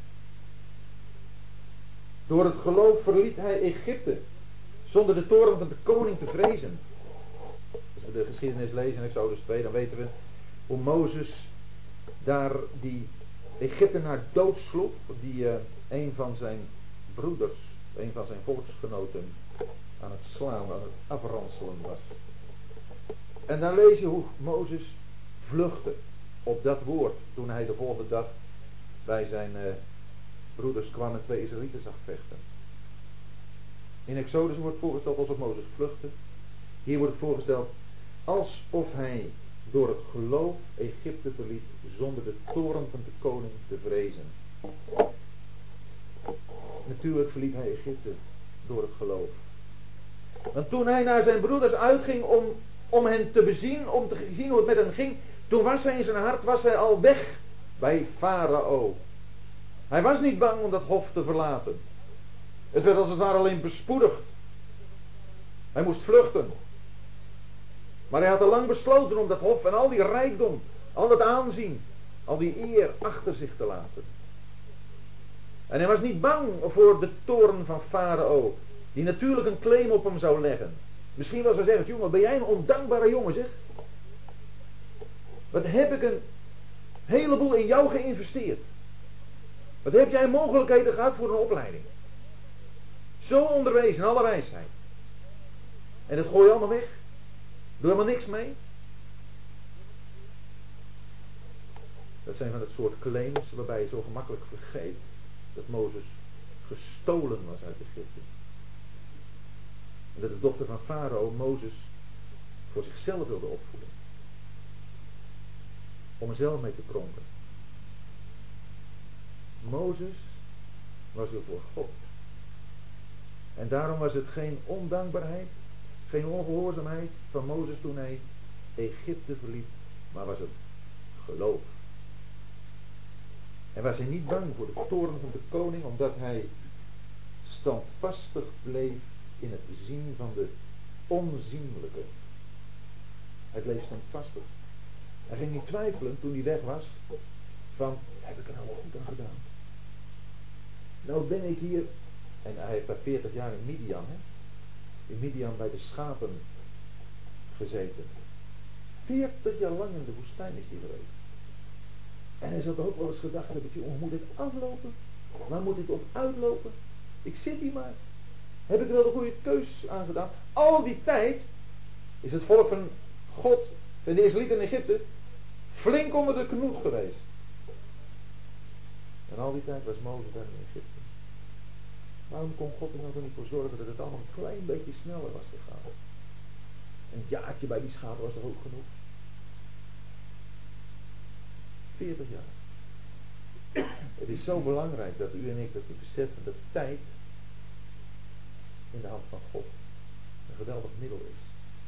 Door het geloof verliet hij Egypte. Zonder de toorn van de koning te vrezen. Als we de geschiedenis lezen in Exodus 2, dan weten we hoe Mozes daar die Egyptenaar doodsloeg. Die een van zijn broeders, een van zijn volksgenoten aan het slaan, aan het afranselen was. En dan lees je hoe Mozes vluchtte op dat woord. Toen hij de volgende dag bij zijn broeders kwam en 2 Israëlieten zag vechten. In Exodus wordt voorgesteld alsof Mozes vluchtte. Hier wordt het voorgesteld alsof hij door het geloof Egypte verliet zonder de toorn van de koning te vrezen. Natuurlijk verliet hij Egypte door het geloof. Want toen hij naar zijn broeders uitging om hen te bezien, om te zien hoe het met hen ging, toen was hij in zijn hart, was hij al weg bij Farao. Hij was niet bang om dat hof te verlaten. Het werd als het ware alleen bespoedigd. Hij moest vluchten. Maar hij had al lang besloten om dat hof en al die rijkdom, al dat aanzien, al die eer achter zich te laten. En hij was niet bang voor de toorn van Farao, die natuurlijk een claim op hem zou leggen. Misschien wel zou zeggen, jongen, wat ben jij een ondankbare jongen, zeg. Wat heb ik een heleboel in jou geïnvesteerd. Wat heb jij mogelijkheden gehad voor een opleiding. Zo onderwezen in alle wijsheid. En dat gooi je allemaal weg. Doe helemaal niks mee. Dat zijn van het soort claims waarbij je zo gemakkelijk vergeet dat Mozes gestolen was uit Egypte. En dat de dochter van Farao Mozes voor zichzelf wilde opvoeden. Om er zelf mee te pronken. Mozes was er voor God. En daarom was het geen ondankbaarheid, geen ongehoorzaamheid van Mozes toen hij Egypte verliet, maar was het geloof. En was hij niet bang voor de toorn van de koning, omdat hij standvastig bleef in het zien van de onzienlijke. Hij bleef standvastig. Hij ging niet twijfelen toen hij weg was, van, heb ik er nou wel goed aan gedaan? Nou ben ik hier, en hij heeft daar 40 jaar in Midian, in Midian bij de schapen gezeten. 40 jaar lang in de woestijn is hij geweest. En hij zou toch ook wel eens gedacht hebben, hoe moet dit aflopen? Waar moet dit op uitlopen? Ik zit hier maar. Heb ik wel de goede keus aangedaan? Al die tijd is het volk van God, van de Israëlieten in Egypte, flink onder de knoet geweest. En al die tijd was Mozes daar in Egypte. Waarom kon God er nou toch niet voor zorgen dat het allemaal een klein beetje sneller was gegaan? Een jaartje bij die schapen was toch ook genoeg? 40 jaar. Het is zo belangrijk dat u en ik dat we beseffen dat tijd in de hand van God een geweldig middel is.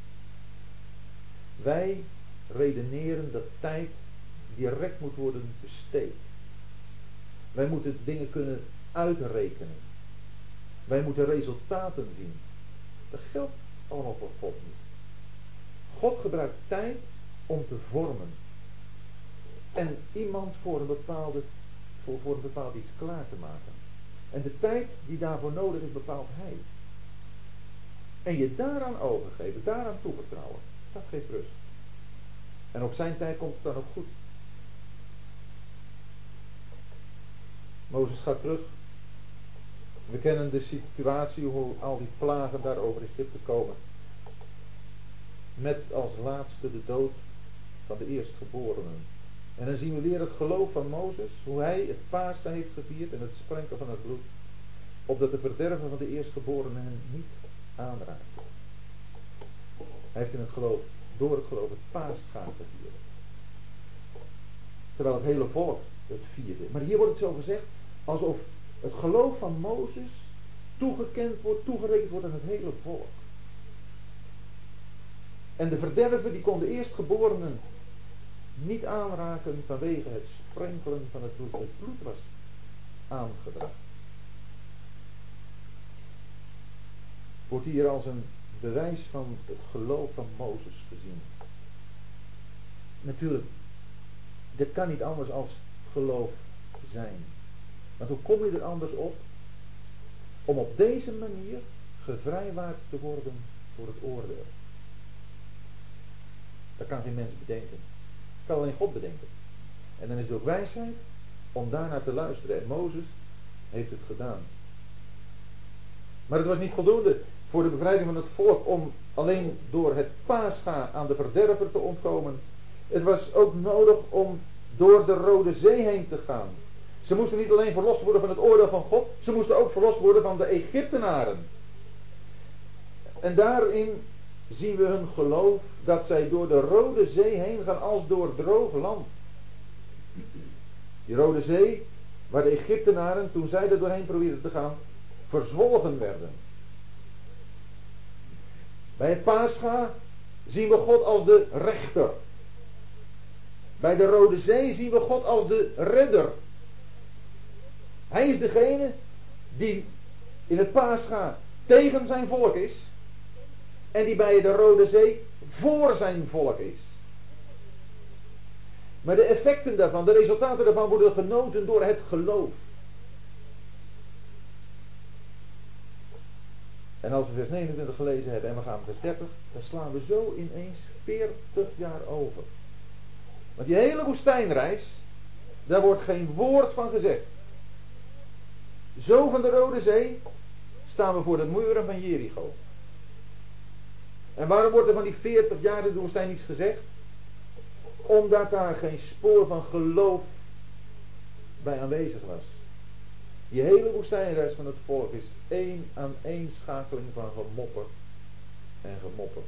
Wij redeneren dat tijd direct moet worden besteed. Wij moeten dingen kunnen uitrekenen. Wij moeten resultaten zien. Dat geldt allemaal voor God niet. God gebruikt tijd om te vormen. En iemand voor een bepaald iets klaar te maken. En de tijd die daarvoor nodig is, bepaalt hij. En je daaraan overgeven, daaraan toevertrouwen, dat geeft rust. En op zijn tijd komt het dan ook goed. Mozes gaat terug. We kennen de situatie hoe al die plagen daar over Egypte komen. Met als laatste de dood van de eerstgeborenen. En dan zien we weer het geloof van Mozes, hoe hij het Pasen heeft gevierd en het sprenken van het bloed, opdat de verderven van de eerstgeborenen hen niet aanraakt. Hij heeft in het geloof, door het geloof, het Paascha gevierd. Terwijl het hele volk het vierde. Maar hier wordt het zo gezegd, alsof het geloof van Mozes toegerekend wordt aan het hele volk. En de verderven die kon de eerstgeborenen niet aanraken vanwege het sprenkelen van het bloed. Het bloed was aangebracht. Wordt hier als een bewijs van het geloof van Mozes gezien. Natuurlijk, dit kan niet anders als geloof zijn. Want hoe kom je er anders op om op deze manier gevrijwaard te worden voor het oordeel? Dat kan geen mens bedenken. Dat kan alleen God bedenken. En dan is het ook wijsheid om daarnaar te luisteren. En Mozes heeft het gedaan. Maar het was niet voldoende voor de bevrijding van het volk om alleen door het Pascha aan de verderver te ontkomen. Het was ook nodig om door de Rode Zee heen te gaan. Ze moesten niet alleen verlost worden van het oordeel van God, ze moesten ook verlost worden van de Egyptenaren. En daarin zien we hun geloof dat zij door de Rode Zee heen gaan als door droog land. Die Rode Zee, waar de Egyptenaren, toen zij er doorheen probeerden te gaan, verzwolgen werden. Bij het Pascha zien we God als de rechter. Bij de Rode Zee zien we God als de redder. Hij is degene die in het Pascha tegen zijn volk is. En die bij de Rode Zee voor zijn volk is. Maar de effecten daarvan, de resultaten daarvan worden genoten door het geloof. En als we vers 29 gelezen hebben en we gaan vers 30, dan slaan we zo ineens 40 jaar over. Want die hele woestijnreis, daar wordt geen woord van gezegd. Zo van de Rode Zee staan we voor de muren van Jericho. En waarom wordt er van die 40 jaar in de woestijn niets gezegd? Omdat daar geen spoor van geloof bij aanwezig was. Die hele woestijnreis van het volk is één aaneenschakeling van gemopper en gemopper.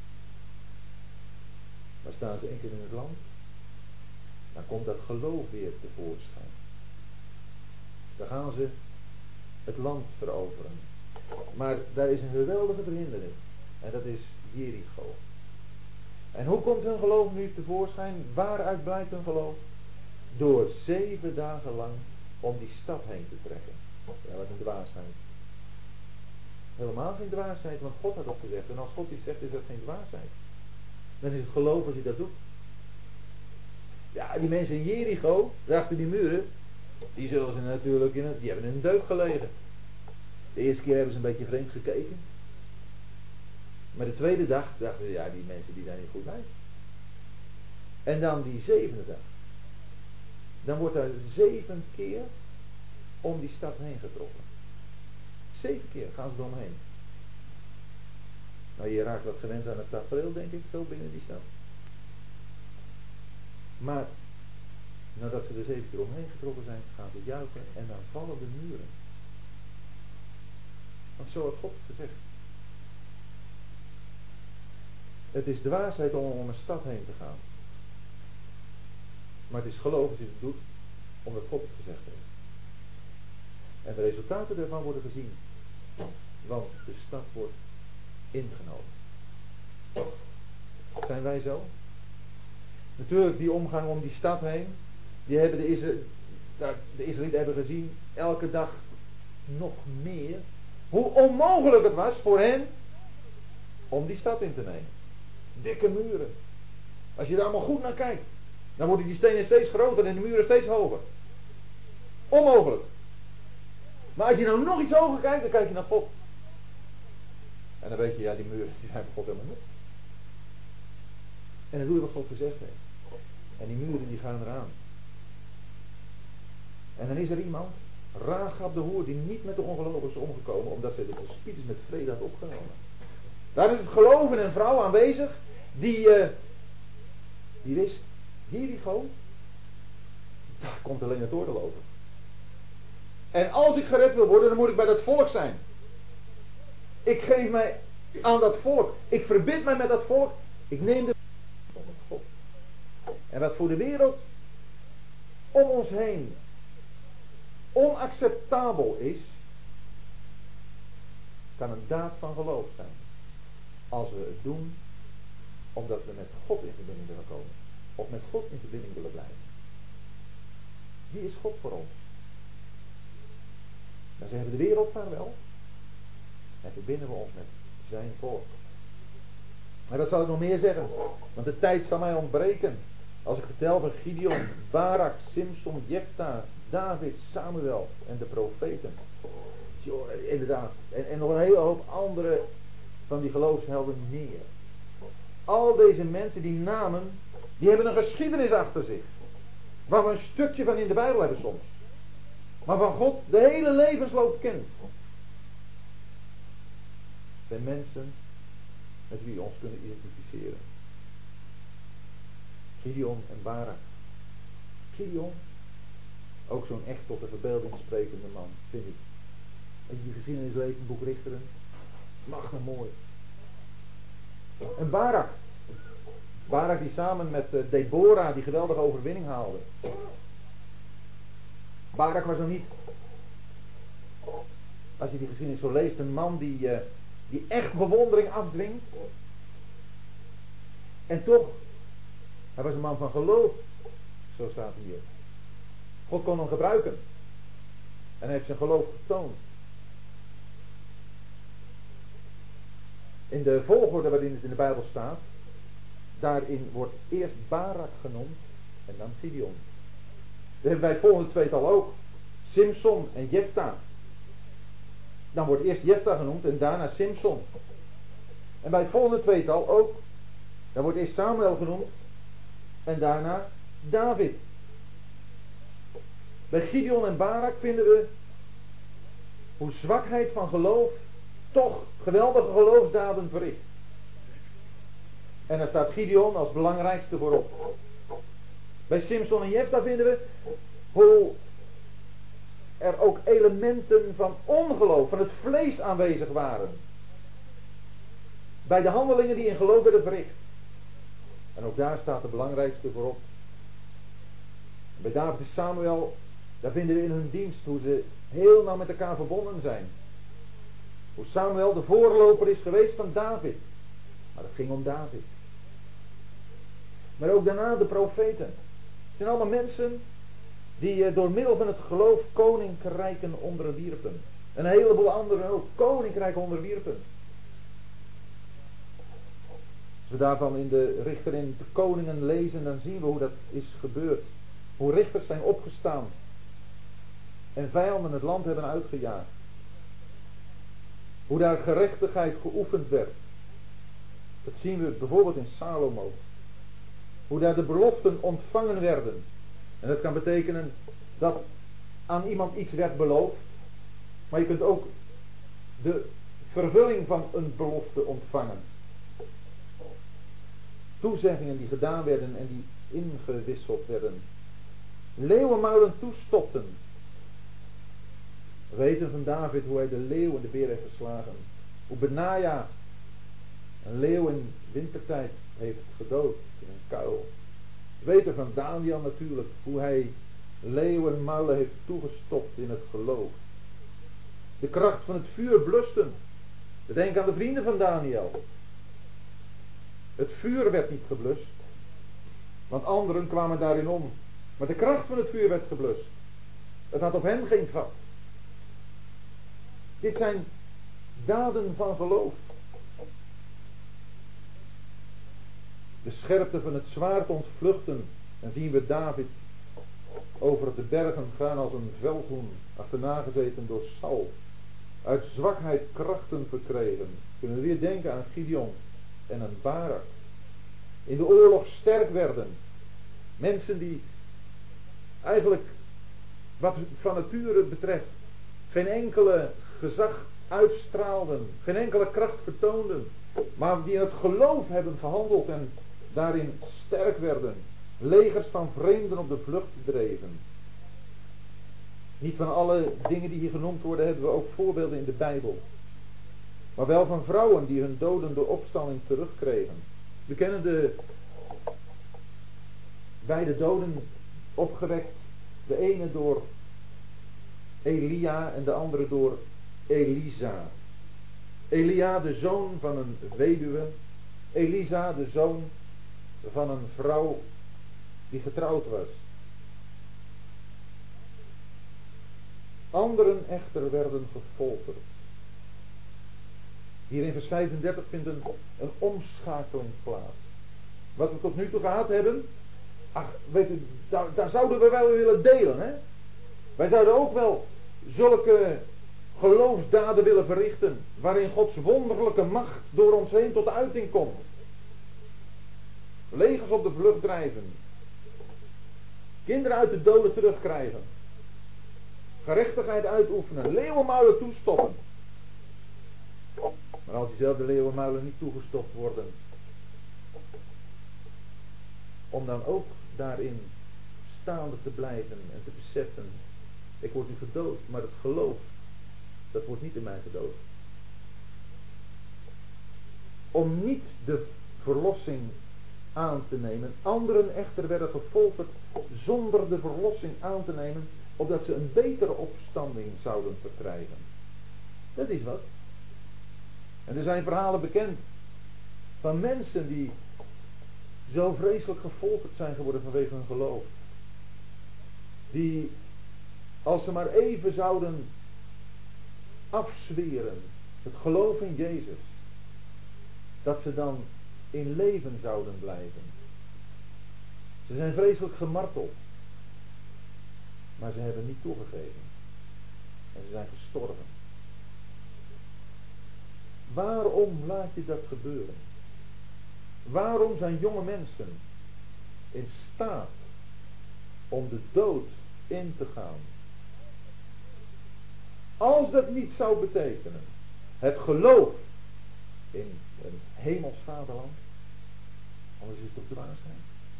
Maar staan ze één keer in het land, dan komt dat geloof weer tevoorschijn. Dan gaan ze het land veroveren. Maar daar is een geweldige verhindering. En dat is Jericho. En hoe komt hun geloof nu tevoorschijn? Waaruit blijkt hun geloof? Door 7 dagen lang om die stad heen te trekken. Ja, wat een dwaasheid. Helemaal geen dwaasheid, want God had dat gezegd. En als God iets zegt, is dat geen dwaasheid. Dan is het geloof als hij dat doet. Ja, die mensen in Jericho, achter die muren, die zullen ze natuurlijk die hebben in een deuk gelegen. De eerste keer hebben ze een beetje vreemd gekeken. Maar de tweede dag dachten ze, ja, die mensen die zijn niet goed bij. En dan die 7e dag. Dan wordt daar 7 keer om die stad heen getrokken. 7 keer gaan ze eromheen. Nou, je raakt wat gewend aan het tafereel, denk ik, zo binnen die stad. Maar nadat ze er 7 keer omheen getrokken zijn, gaan ze juichen en dan vallen de muren. Want zo had God gezegd. Het is dwaasheid om een stad heen te gaan. Maar het is geloof als je het doet, omdat God het gezegd heeft. En de resultaten daarvan worden gezien. Want de stad wordt ingenomen. Zijn wij zo? Natuurlijk, die omgang om die stad heen, die hebben de Israëlieten hebben gezien, elke dag nog meer, hoe onmogelijk het was voor hen om die stad in te nemen. Dikke muren. Als je daar allemaal goed naar kijkt, dan worden die stenen steeds groter en de muren steeds hoger. Onmogelijk. Maar als je nou nog iets hoger kijkt, dan kijk je naar God. En dan weet je, ja, die muren die zijn voor God helemaal niks. En dan doe je wat God gezegd heeft. En die muren die gaan eraan. En dan is er iemand, Rahab de hoer, die niet met de ongelovigen is omgekomen, omdat ze de verspieders met vrede had opgenomen. Daar is het geloof in een vrouw aanwezig, die wist, Jericho, daar komt alleen het oordeel over. En als ik gered wil worden, dan moet ik bij dat volk zijn. Ik geef mij aan dat volk. Ik verbind mij met dat volk. Ik neem de God. En wat voor de wereld om ons heen onacceptabel is, kan een daad van geloof zijn. Als we het doen omdat we met God in verbinding willen komen. Of met God in verbinding willen blijven. Wie is God voor ons? Dan zeggen we de wereld vaarwel. En verbinden we ons met zijn volk. En wat zal ik nog meer zeggen? Want de tijd zal mij ontbreken. Als ik vertel van Gideon, Barak, Simson, Jefta, David, Samuel en de profeten. Jo, inderdaad. En nog een hele hoop andere van die geloofshelden meer. Al deze mensen, die namen, die hebben een geschiedenis achter zich. Waar we een stukje van in de Bijbel hebben soms. Maar van God de hele levensloop kent. Zijn mensen met wie we ons kunnen identificeren. Gideon en Barak. Gideon, ook zo'n echt tot de verbeelding sprekende man, vind ik. Als je die geschiedenis leest in het boek Richteren, machtig mooi. En Barak. Barak die samen met Deborah die geweldige overwinning haalde. Barak was nog niet, als je die geschiedenis zo leest, een man die echt bewondering afdwingt. En toch, hij was een man van geloof. Zo staat hier. God kon hem gebruiken. En hij heeft zijn geloof getoond. In de volgorde waarin het in de Bijbel staat, daarin wordt eerst Barak genoemd en dan Gideon. We hebben bij het volgende tweetal ook Simson en Jefta. Dan wordt eerst Jefta genoemd en daarna Simson. En bij het volgende tweetal ook, dan wordt eerst Samuel genoemd en daarna David. Bij Gideon en Barak vinden we hoe zwakheid van geloof toch geweldige geloofsdaden verricht. En daar staat Gideon als belangrijkste voorop. Bij Simson en Jefta vinden we hoe er ook elementen van ongeloof, van het vlees aanwezig waren. Bij de handelingen die in geloof werden verricht. En ook daar staat de belangrijkste voorop. Bij David is Samuel Daar vinden we in hun dienst hoe ze heel nauw met elkaar verbonden zijn. Hoe Samuel de voorloper is geweest van David. Maar het ging om David. Maar ook daarna de profeten. Het zijn allemaal mensen die door middel van het geloof koninkrijken onderwierpen. Een heleboel anderen ook koninkrijken onderwierpen. Als we daarvan in de Richter in de Koningen lezen, dan zien we hoe dat is gebeurd. Hoe richters zijn opgestaan en vijanden het land hebben uitgejaagd. Hoe daar gerechtigheid geoefend werd. Dat zien we bijvoorbeeld in Salomo. Hoe daar de beloften ontvangen werden. En dat kan betekenen dat aan iemand iets werd beloofd. Maar je kunt ook de vervulling van een belofte ontvangen. Toezeggingen die gedaan werden en die ingewisseld werden. Leeuwenmuilen toestopten. We weten van David hoe hij de leeuw en de beer heeft verslagen. Hoe Benaja een leeuw in wintertijd heeft gedood in een kuil. We weten van Daniel natuurlijk hoe hij leeuwenmuilen heeft toegestopt in het geloof. De kracht van het vuur blusten. We denken aan de vrienden van Daniel. Het vuur werd niet geblust. Want anderen kwamen daarin om. Maar de kracht van het vuur werd geblust. Het had op hen geen vat. Dit zijn daden van geloof. De scherpte van het zwaard ontvluchten. Dan zien we David over de bergen gaan als een veldhoen, achterna gezeten door Saul. Uit zwakheid krachten verkregen. Kunnen we weer denken aan Gideon en aan Barak. In de oorlog sterk werden. Mensen die eigenlijk, wat van nature betreft, geen enkele gezag uitstraalden. Geen enkele kracht vertoonden. Maar die in het geloof hebben gehandeld en daarin sterk werden. Legers van vreemden op de vlucht dreven. Niet van alle dingen die hier genoemd worden hebben we ook voorbeelden in de Bijbel. Maar wel van vrouwen die hun doden door opstanding terugkregen. We kennen de beide doden opgewekt. De ene door Elia en de andere door Elisa. Elia de zoon van een weduwe. Elisa de zoon van een vrouw die getrouwd was. Anderen echter werden gefolterd. Hier in vers 35 vindt een omschakeling plaats. Wat we tot nu toe gehad hebben, ach, weet u, daar zouden we wel willen delen, hè? Wij zouden ook wel zulke geloofsdaden willen verrichten, waarin Gods wonderlijke macht door ons heen tot uiting komt. Legers op de vlucht drijven. Kinderen uit de doden terugkrijgen. Gerechtigheid uitoefenen. Leeuwenmuilen toestoppen. Maar als diezelfde leeuwenmuilen niet toegestopt worden, om dan ook daarin staande te blijven en te beseffen, ik word nu gedood, maar het geloof, dat wordt niet in mij gedood. Om niet de verlossing aan te nemen. Anderen echter werden gefolterd zonder de verlossing aan te nemen, opdat ze een betere opstanding zouden verkrijgen. Dat is wat. En er zijn verhalen bekend van mensen die zo vreselijk gefolterd zijn geworden vanwege hun geloof. Die, als ze maar even zouden afzweren het geloof in Jezus, dat ze dan in leven zouden blijven. Ze zijn vreselijk gemarteld. Maar ze hebben niet toegegeven. En ze zijn gestorven. Waarom laat je dat gebeuren? Waarom zijn jonge mensen in staat om de dood in te gaan? Als dat niet zou betekenen het geloof in een hemels vaderland, anders is het toch dwaasheid.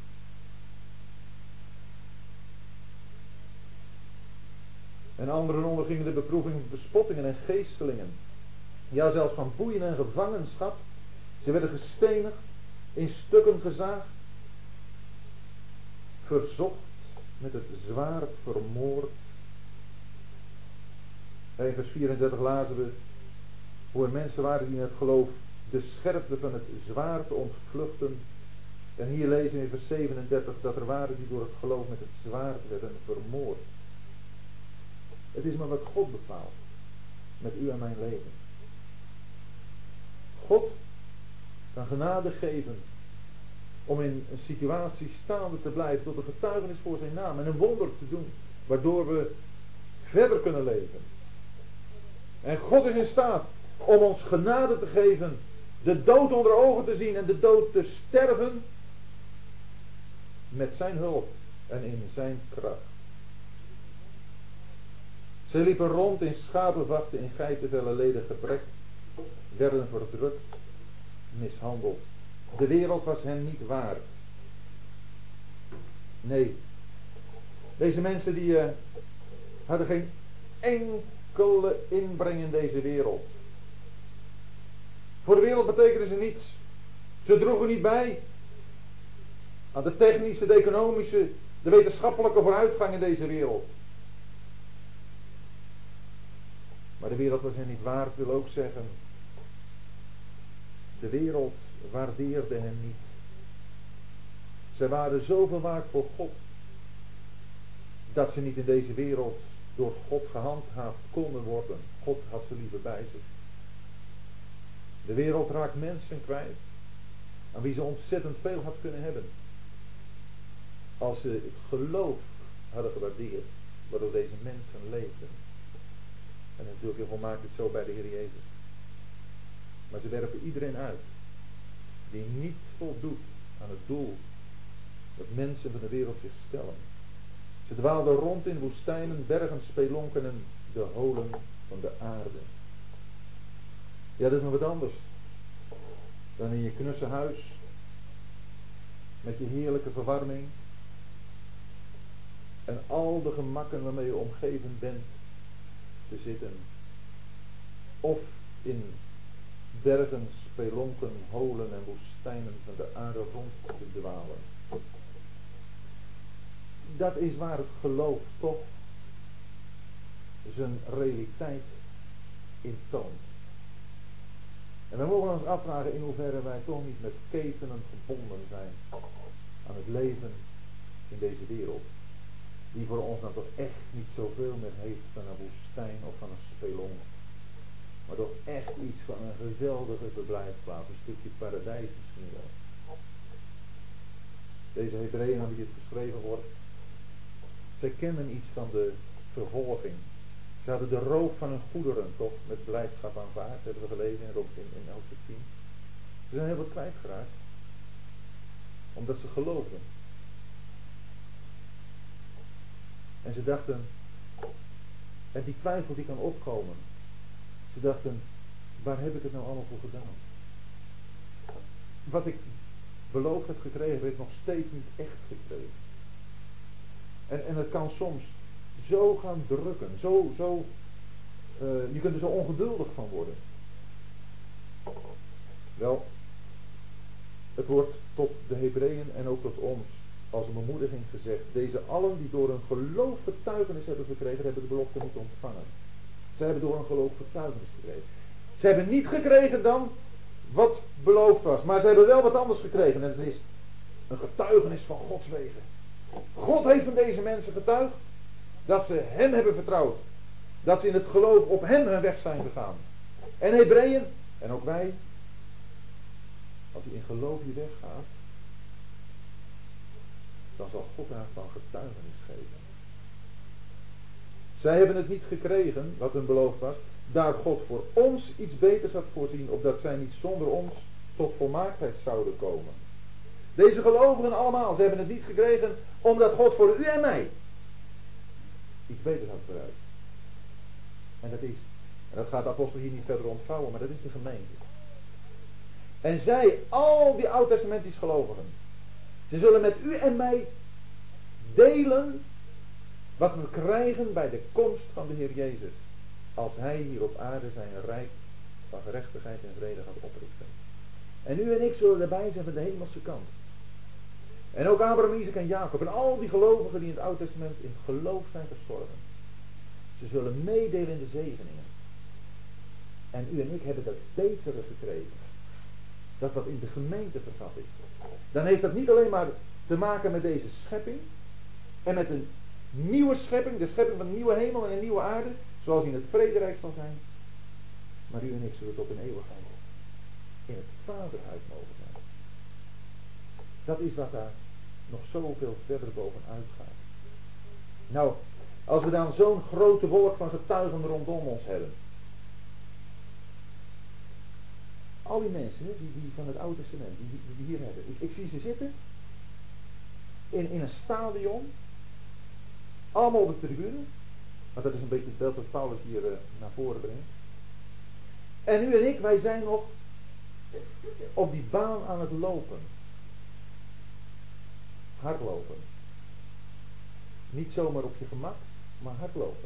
En anderen ondergingen de beproeving van bespottingen en geestelingen. Ja, zelfs van boeien en gevangenschap. Ze werden gestenigd, in stukken gezaagd, verzocht, met het zwaard vermoord In vers 34 lazen we hoe er mensen waren die in het geloof de scherpte van het zwaard ontvluchten. En hier lezen we in vers 37 dat er waren die door het geloof met het zwaard werden vermoord. Het is maar wat God bepaalt met u en mijn leven. God kan genade geven om in een situatie staande te blijven tot een getuigenis voor zijn naam en een wonder te doen, waardoor we verder kunnen leven. En God is in staat om ons genade te geven, de dood onder ogen te zien en de dood te sterven met zijn hulp en in zijn kracht. Zij liepen rond in schapenvachten, in geitenvellen, leden gebrek, werden verdrukt, mishandeld. De wereld was hen niet waard. Nee, deze mensen die hadden geen enkele inbreng in deze wereld. Voor de wereld betekenden ze niets. Ze droegen niet bij aan de technische, de economische, de wetenschappelijke vooruitgang in deze wereld. Maar de wereld was hen niet waard, wil ook zeggen. De wereld waardeerde hen niet. Zij waren zoveel waard voor God, dat ze niet in deze wereld door God gehandhaafd konden worden. God had ze liever bij zich. De wereld raakt mensen kwijt, aan wie ze ontzettend veel had kunnen hebben, als ze het geloof hadden gewaardeerd, waardoor deze mensen leefden. En natuurlijk heel volmaakt is zo bij de Heer Jezus. Maar ze werpen iedereen uit die niet voldoet aan het doel dat mensen van de wereld zich stellen. Ze dwaalden rond in woestijnen, bergen, spelonken en de holen van de aarde. Ja, dat is nog wat anders dan in je knusse huis met je heerlijke verwarming en al de gemakken waarmee je omgeven bent te zitten. Of in bergen, spelonken, holen en woestijnen van de aarde rond te dwalen. Dat is waar het geloof toch zijn realiteit in toont. En we mogen ons afvragen in hoeverre wij toch niet met ketenen gebonden zijn aan het leven in deze wereld. Die voor ons dan toch echt niet zoveel meer heeft van een woestijn of van een spelonk. Maar toch echt iets van een geweldige verblijfplaats. Een stukje paradijs misschien wel. Deze Hebreeën aan wie het geschreven wordt. Zij kenden iets van de vervolging. Ze hadden de roof van hun goederen toch met blijdschap aanvaard. Dat hebben we gelezen in hoofdstuk 10. Ze zijn heel wat kwijtgeraakt. Omdat ze geloofden. En ze dachten, en die twijfel die kan opkomen. Ze dachten, waar heb ik het nou allemaal voor gedaan? Wat ik beloofd heb gekregen, heb ik nog steeds niet echt gekregen. En het kan soms zo gaan drukken, je kunt er zo ongeduldig van worden. Wel, het wordt tot de Hebreeën en ook tot ons als een bemoediging gezegd. Deze allen die door hun geloof getuigenis hebben gekregen, hebben de belofte niet ontvangen. Zij hebben door hun geloof getuigenis gekregen. Ze hebben niet gekregen dan wat beloofd was. Maar ze hebben wel wat anders gekregen. En het is een getuigenis van Gods wegen. God heeft van deze mensen getuigd dat ze hem hebben vertrouwd. Dat ze in het geloof op hem hun weg zijn gegaan. En Hebreeën, en ook wij, als je in geloof je weg gaat, dan zal God daarvan getuigenis geven. Zij hebben het niet gekregen, wat hun beloofd was, daar God voor ons iets beters had voorzien, opdat zij niet zonder ons tot volmaaktheid zouden komen. Deze gelovigen allemaal, ze hebben het niet gekregen, omdat God voor u en mij iets beters had vooruit. En dat gaat de apostel hier niet verder ontvouwen, maar dat is de gemeente. En zij, al die oud-testamentische gelovigen, ze zullen met u en mij delen wat we krijgen bij de komst van de Heer Jezus. Als Hij hier op aarde zijn rijk van gerechtigheid en vrede gaat oprichten. En u en ik zullen erbij zijn van de hemelse kant. En ook Abraham, Isaac en Jacob en al die gelovigen die in het Oude Testament in geloof zijn gestorven. Ze zullen meedelen in de zegeningen. En u en ik hebben dat betere gekregen. Dat wat in de gemeente vervat is. Dan heeft dat niet alleen maar te maken met deze schepping. En met een nieuwe schepping. De schepping van een nieuwe hemel en een nieuwe aarde. Zoals in het vrederijk zal zijn. Maar u en ik zullen tot in eeuwigheid in het vaderhuis mogen zijn. Dat is wat daar nog zoveel verder bovenuit gaat. Nou, als we dan zo'n grote wolk van getuigen rondom ons hebben. Al die mensen die van het Oude Testament, die hier hebben. Ik zie ze zitten in een stadion. Allemaal op de tribune. Maar dat is een beetje het beeld dat Paulus hier naar voren brengt. En u en ik, wij zijn nog op die baan aan het lopen. Hardlopen. Niet zomaar op je gemak, maar hardlopen.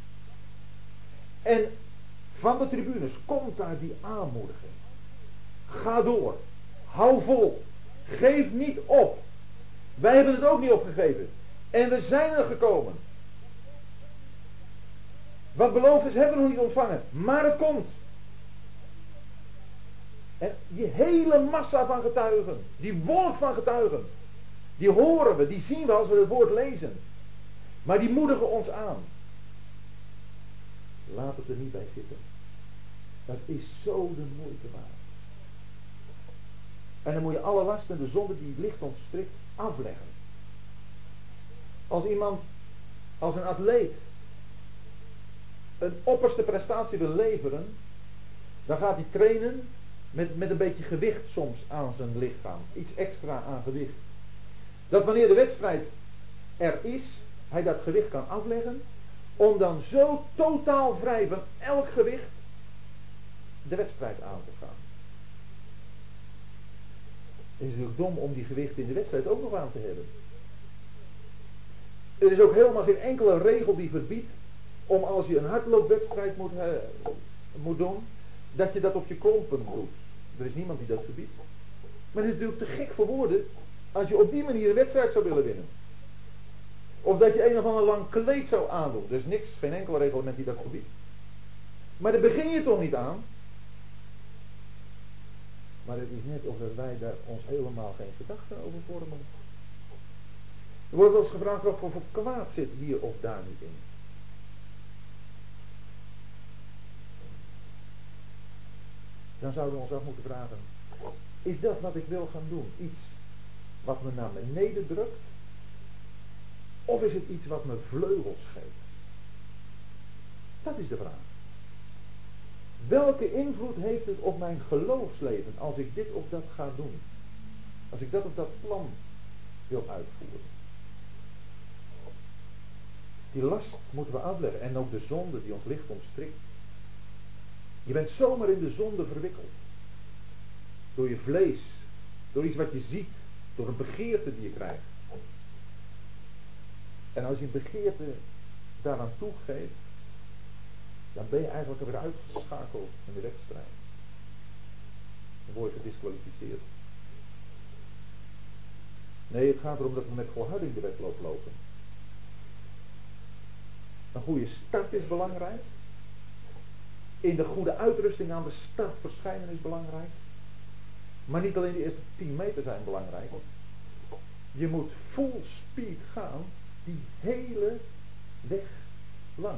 En van de tribunes komt daar die aanmoediging. Ga door. Hou vol. Geef niet op. Wij hebben het ook niet opgegeven. En we zijn er gekomen. Wat beloofd is, hebben we nog niet ontvangen. Maar het komt. En die hele massa van getuigen. Die wolk van getuigen. Die horen we, die zien we als we het woord lezen. Maar die moedigen ons aan. Laat het er niet bij zitten. Dat is zo de moeite waard. En dan moet je alle last en de zonde die licht ontstrikt afleggen. Als iemand, als een atleet, een opperste prestatie wil leveren, dan gaat hij trainen met een beetje gewicht soms aan zijn lichaam. Iets extra aan gewicht. Dat wanneer de wedstrijd er is, hij dat gewicht kan afleggen, om dan zo totaal vrij van elk gewicht de wedstrijd aan te gaan. Het is natuurlijk dom om die gewichten in de wedstrijd ook nog aan te hebben. Er is ook helemaal geen enkele regel die verbiedt om als je een hardloopwedstrijd moet doen, dat je dat op je klompen doet. Er is niemand die dat verbiedt. Maar het is natuurlijk te gek voor woorden als je op die manier een wedstrijd zou willen winnen. Of dat je een of ander lang kleed zou aandoen. Er is niks, geen enkel reglement die dat verbiedt. Maar daar begin je toch niet aan. Maar het is net of wij daar ons helemaal geen gedachten over vormen. Er wordt wel eens gevraagd wat voor kwaad zit hier of daar niet in. Dan zouden we ons af moeten vragen. Is dat wat ik wil gaan doen iets wat me naar beneden drukt? Of is het iets wat me vleugels geeft? Dat is de vraag. Welke invloed heeft het op mijn geloofsleven als ik dit of dat ga doen? Als ik dat of dat plan wil uitvoeren? Die last moeten we afleggen. En ook de zonde die ons licht omstrikt. Je bent zomaar in de zonde verwikkeld. Door je vlees. Door iets wat je ziet. Door een begeerte die je krijgt. En als je een begeerte daaraan toegeeft, dan ben je eigenlijk er weer uitgeschakeld in de wedstrijd. Dan word je gedisqualificeerd. Nee, het gaat erom dat we met volharding de wedloop lopen. Een goede start is belangrijk. In de goede uitrusting aan de start verschijnen is belangrijk. Maar niet alleen de eerste 10 meter zijn belangrijk. Je moet full speed gaan die hele weg lang.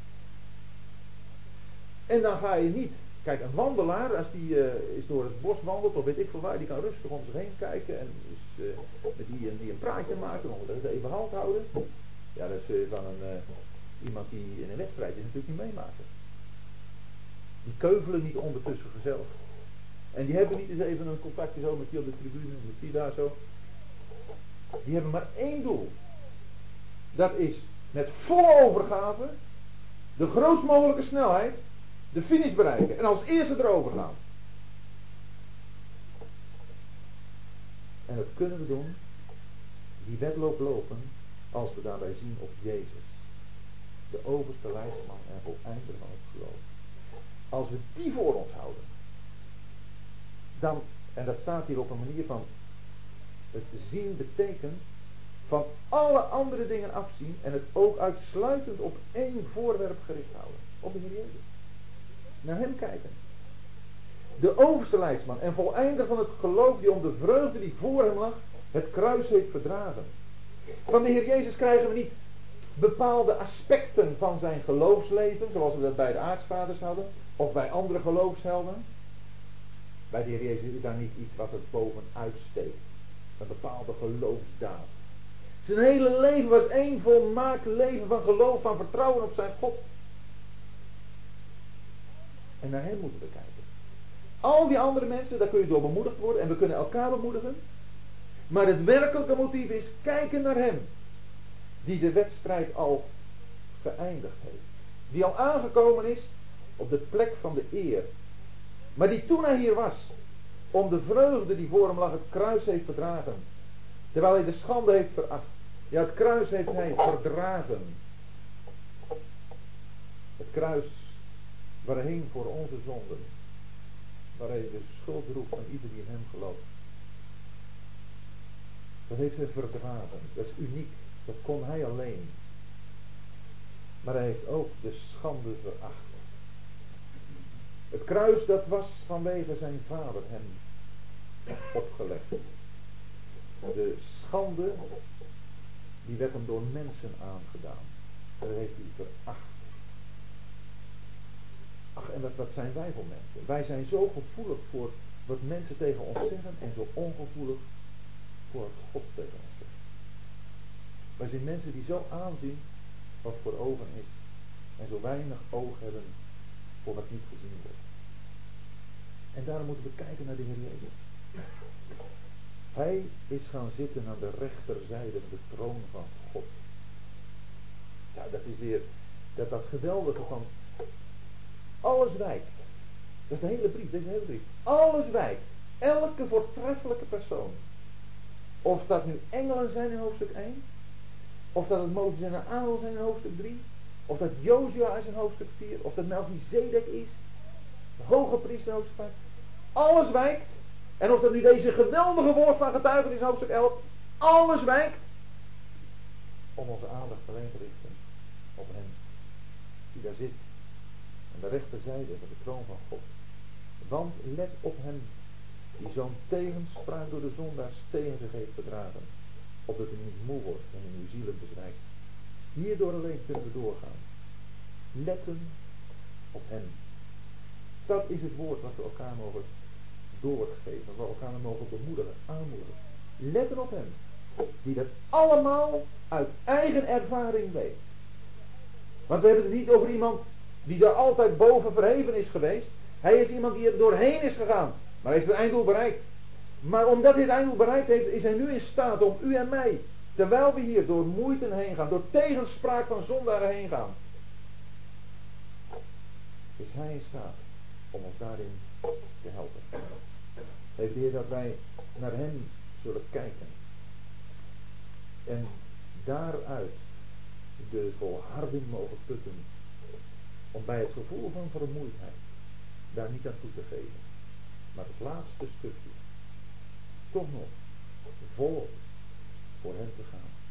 En dan ga je niet. Kijk, een wandelaar, als die is door het bos wandelt, of weet ik veel waar, die kan rustig om zich heen kijken en is, met die een praatje maken, of dat is even hand houden. Ja, dat is van iemand die in een wedstrijd is natuurlijk niet meemaken. Die keuvelen niet ondertussen gezellig. En die hebben niet eens even een contactje zo met die op de tribune, met die daar zo. Die hebben maar één doel. Dat is met volle overgave, de grootst mogelijke snelheid, de finish bereiken. En als eerste erover gaan. En dat kunnen we doen, die wedloop lopen, als we daarbij zien op Jezus. De overste leidsman en voleinder van het geloof. Als we die voor ons houden, dan, en dat staat hier op een manier van, het zien betekent van alle andere dingen afzien en het ook uitsluitend op één voorwerp gericht houden. Op de Heer Jezus. Naar hem kijken. De overste leidsman en voleinder van het geloof die om de vreugde die voor hem lag het kruis heeft verdragen. Van de Heer Jezus krijgen we niet bepaalde aspecten van zijn geloofsleven, zoals we dat bij de aartsvaders hadden, of bij andere geloofshelden. Bij de Heer Jezus is daar niet iets wat er bovenuit steekt. Een bepaalde geloofsdaad. Zijn hele leven was één volmaakt leven van geloof, van vertrouwen op zijn God. En naar hem moeten we kijken. Al die andere mensen, daar kun je door bemoedigd worden en we kunnen elkaar bemoedigen. Maar het werkelijke motief is kijken naar hem. Die de wedstrijd al geëindigd heeft. Die al aangekomen is op de plek van de eer. Maar die toen hij hier was, om de vreugde die voor hem lag het kruis heeft verdragen. Terwijl hij de schande heeft veracht. Ja, het kruis heeft hij verdragen. Het kruis waar hij hing voor onze zonden. Waar hij de schuld droeg van ieder die in hem gelooft. Dat heeft hij verdragen. Dat is uniek. Dat kon hij alleen. Maar hij heeft ook de schande veracht. Het kruis dat was vanwege zijn vader hem opgelegd. De schande die werd hem door mensen aangedaan. Dat heeft hij veracht. Ach, en wat zijn wij voor mensen? Wij zijn zo gevoelig voor wat mensen tegen ons zeggen en zo ongevoelig voor wat God tegen ons zegt. Wij zijn mensen die zo aanzien wat voor ogen is en zo weinig oog hebben voor wat niet gezien wordt. En daarom moeten we kijken naar de Heer Jezus. Hij is gaan zitten aan de rechterzijde van de troon van God. Ja, dat is weer dat geweldige van alles wijkt. Dat is de hele brief, deze hele brief. Alles wijkt. Elke voortreffelijke persoon. Of dat nu engelen zijn in hoofdstuk 1. Of dat het Mozes en Aaron zijn in hoofdstuk 3. Of dat Jozua is in hoofdstuk 4. Of dat Melchizedek is. De hoge priester in hoofdstuk 5. Alles wijkt. En of dat nu deze geweldige woord van getuigenis in hoofdstuk 11. Alles wijkt. Om onze aandacht alleen te richten op hem. Die daar zit. Aan de rechterzijde van de troon van God. Want let op hem. Die zo'n tegenspraak door de zondaars tegen zich heeft verdragen. Opdat u niet moe wordt en in uw zielen bezwijkt. Hierdoor alleen kunnen we doorgaan. Letten op hem. Dat is het woord wat we elkaar mogen doorgeven. Waar we elkaar mogen bemoedigen, aanmoedigen. Letten op hem. Die dat allemaal uit eigen ervaring weet. Want we hebben het niet over iemand die daar altijd boven verheven is geweest. Hij is iemand die er doorheen is gegaan. Maar heeft het einddoel bereikt. Maar omdat hij het einddoel bereikt heeft, is hij nu in staat om u en mij, terwijl we hier door moeite heen gaan, door tegenspraak van zondaren heen gaan, is hij in staat om ons daarin te helpen. Heeft de Heer dat wij naar hem zullen kijken. En daaruit de volharding mogen putten. Om bij het gevoel van vermoeidheid daar niet aan toe te geven. Maar het laatste stukje toch nog volop voor hem te gaan.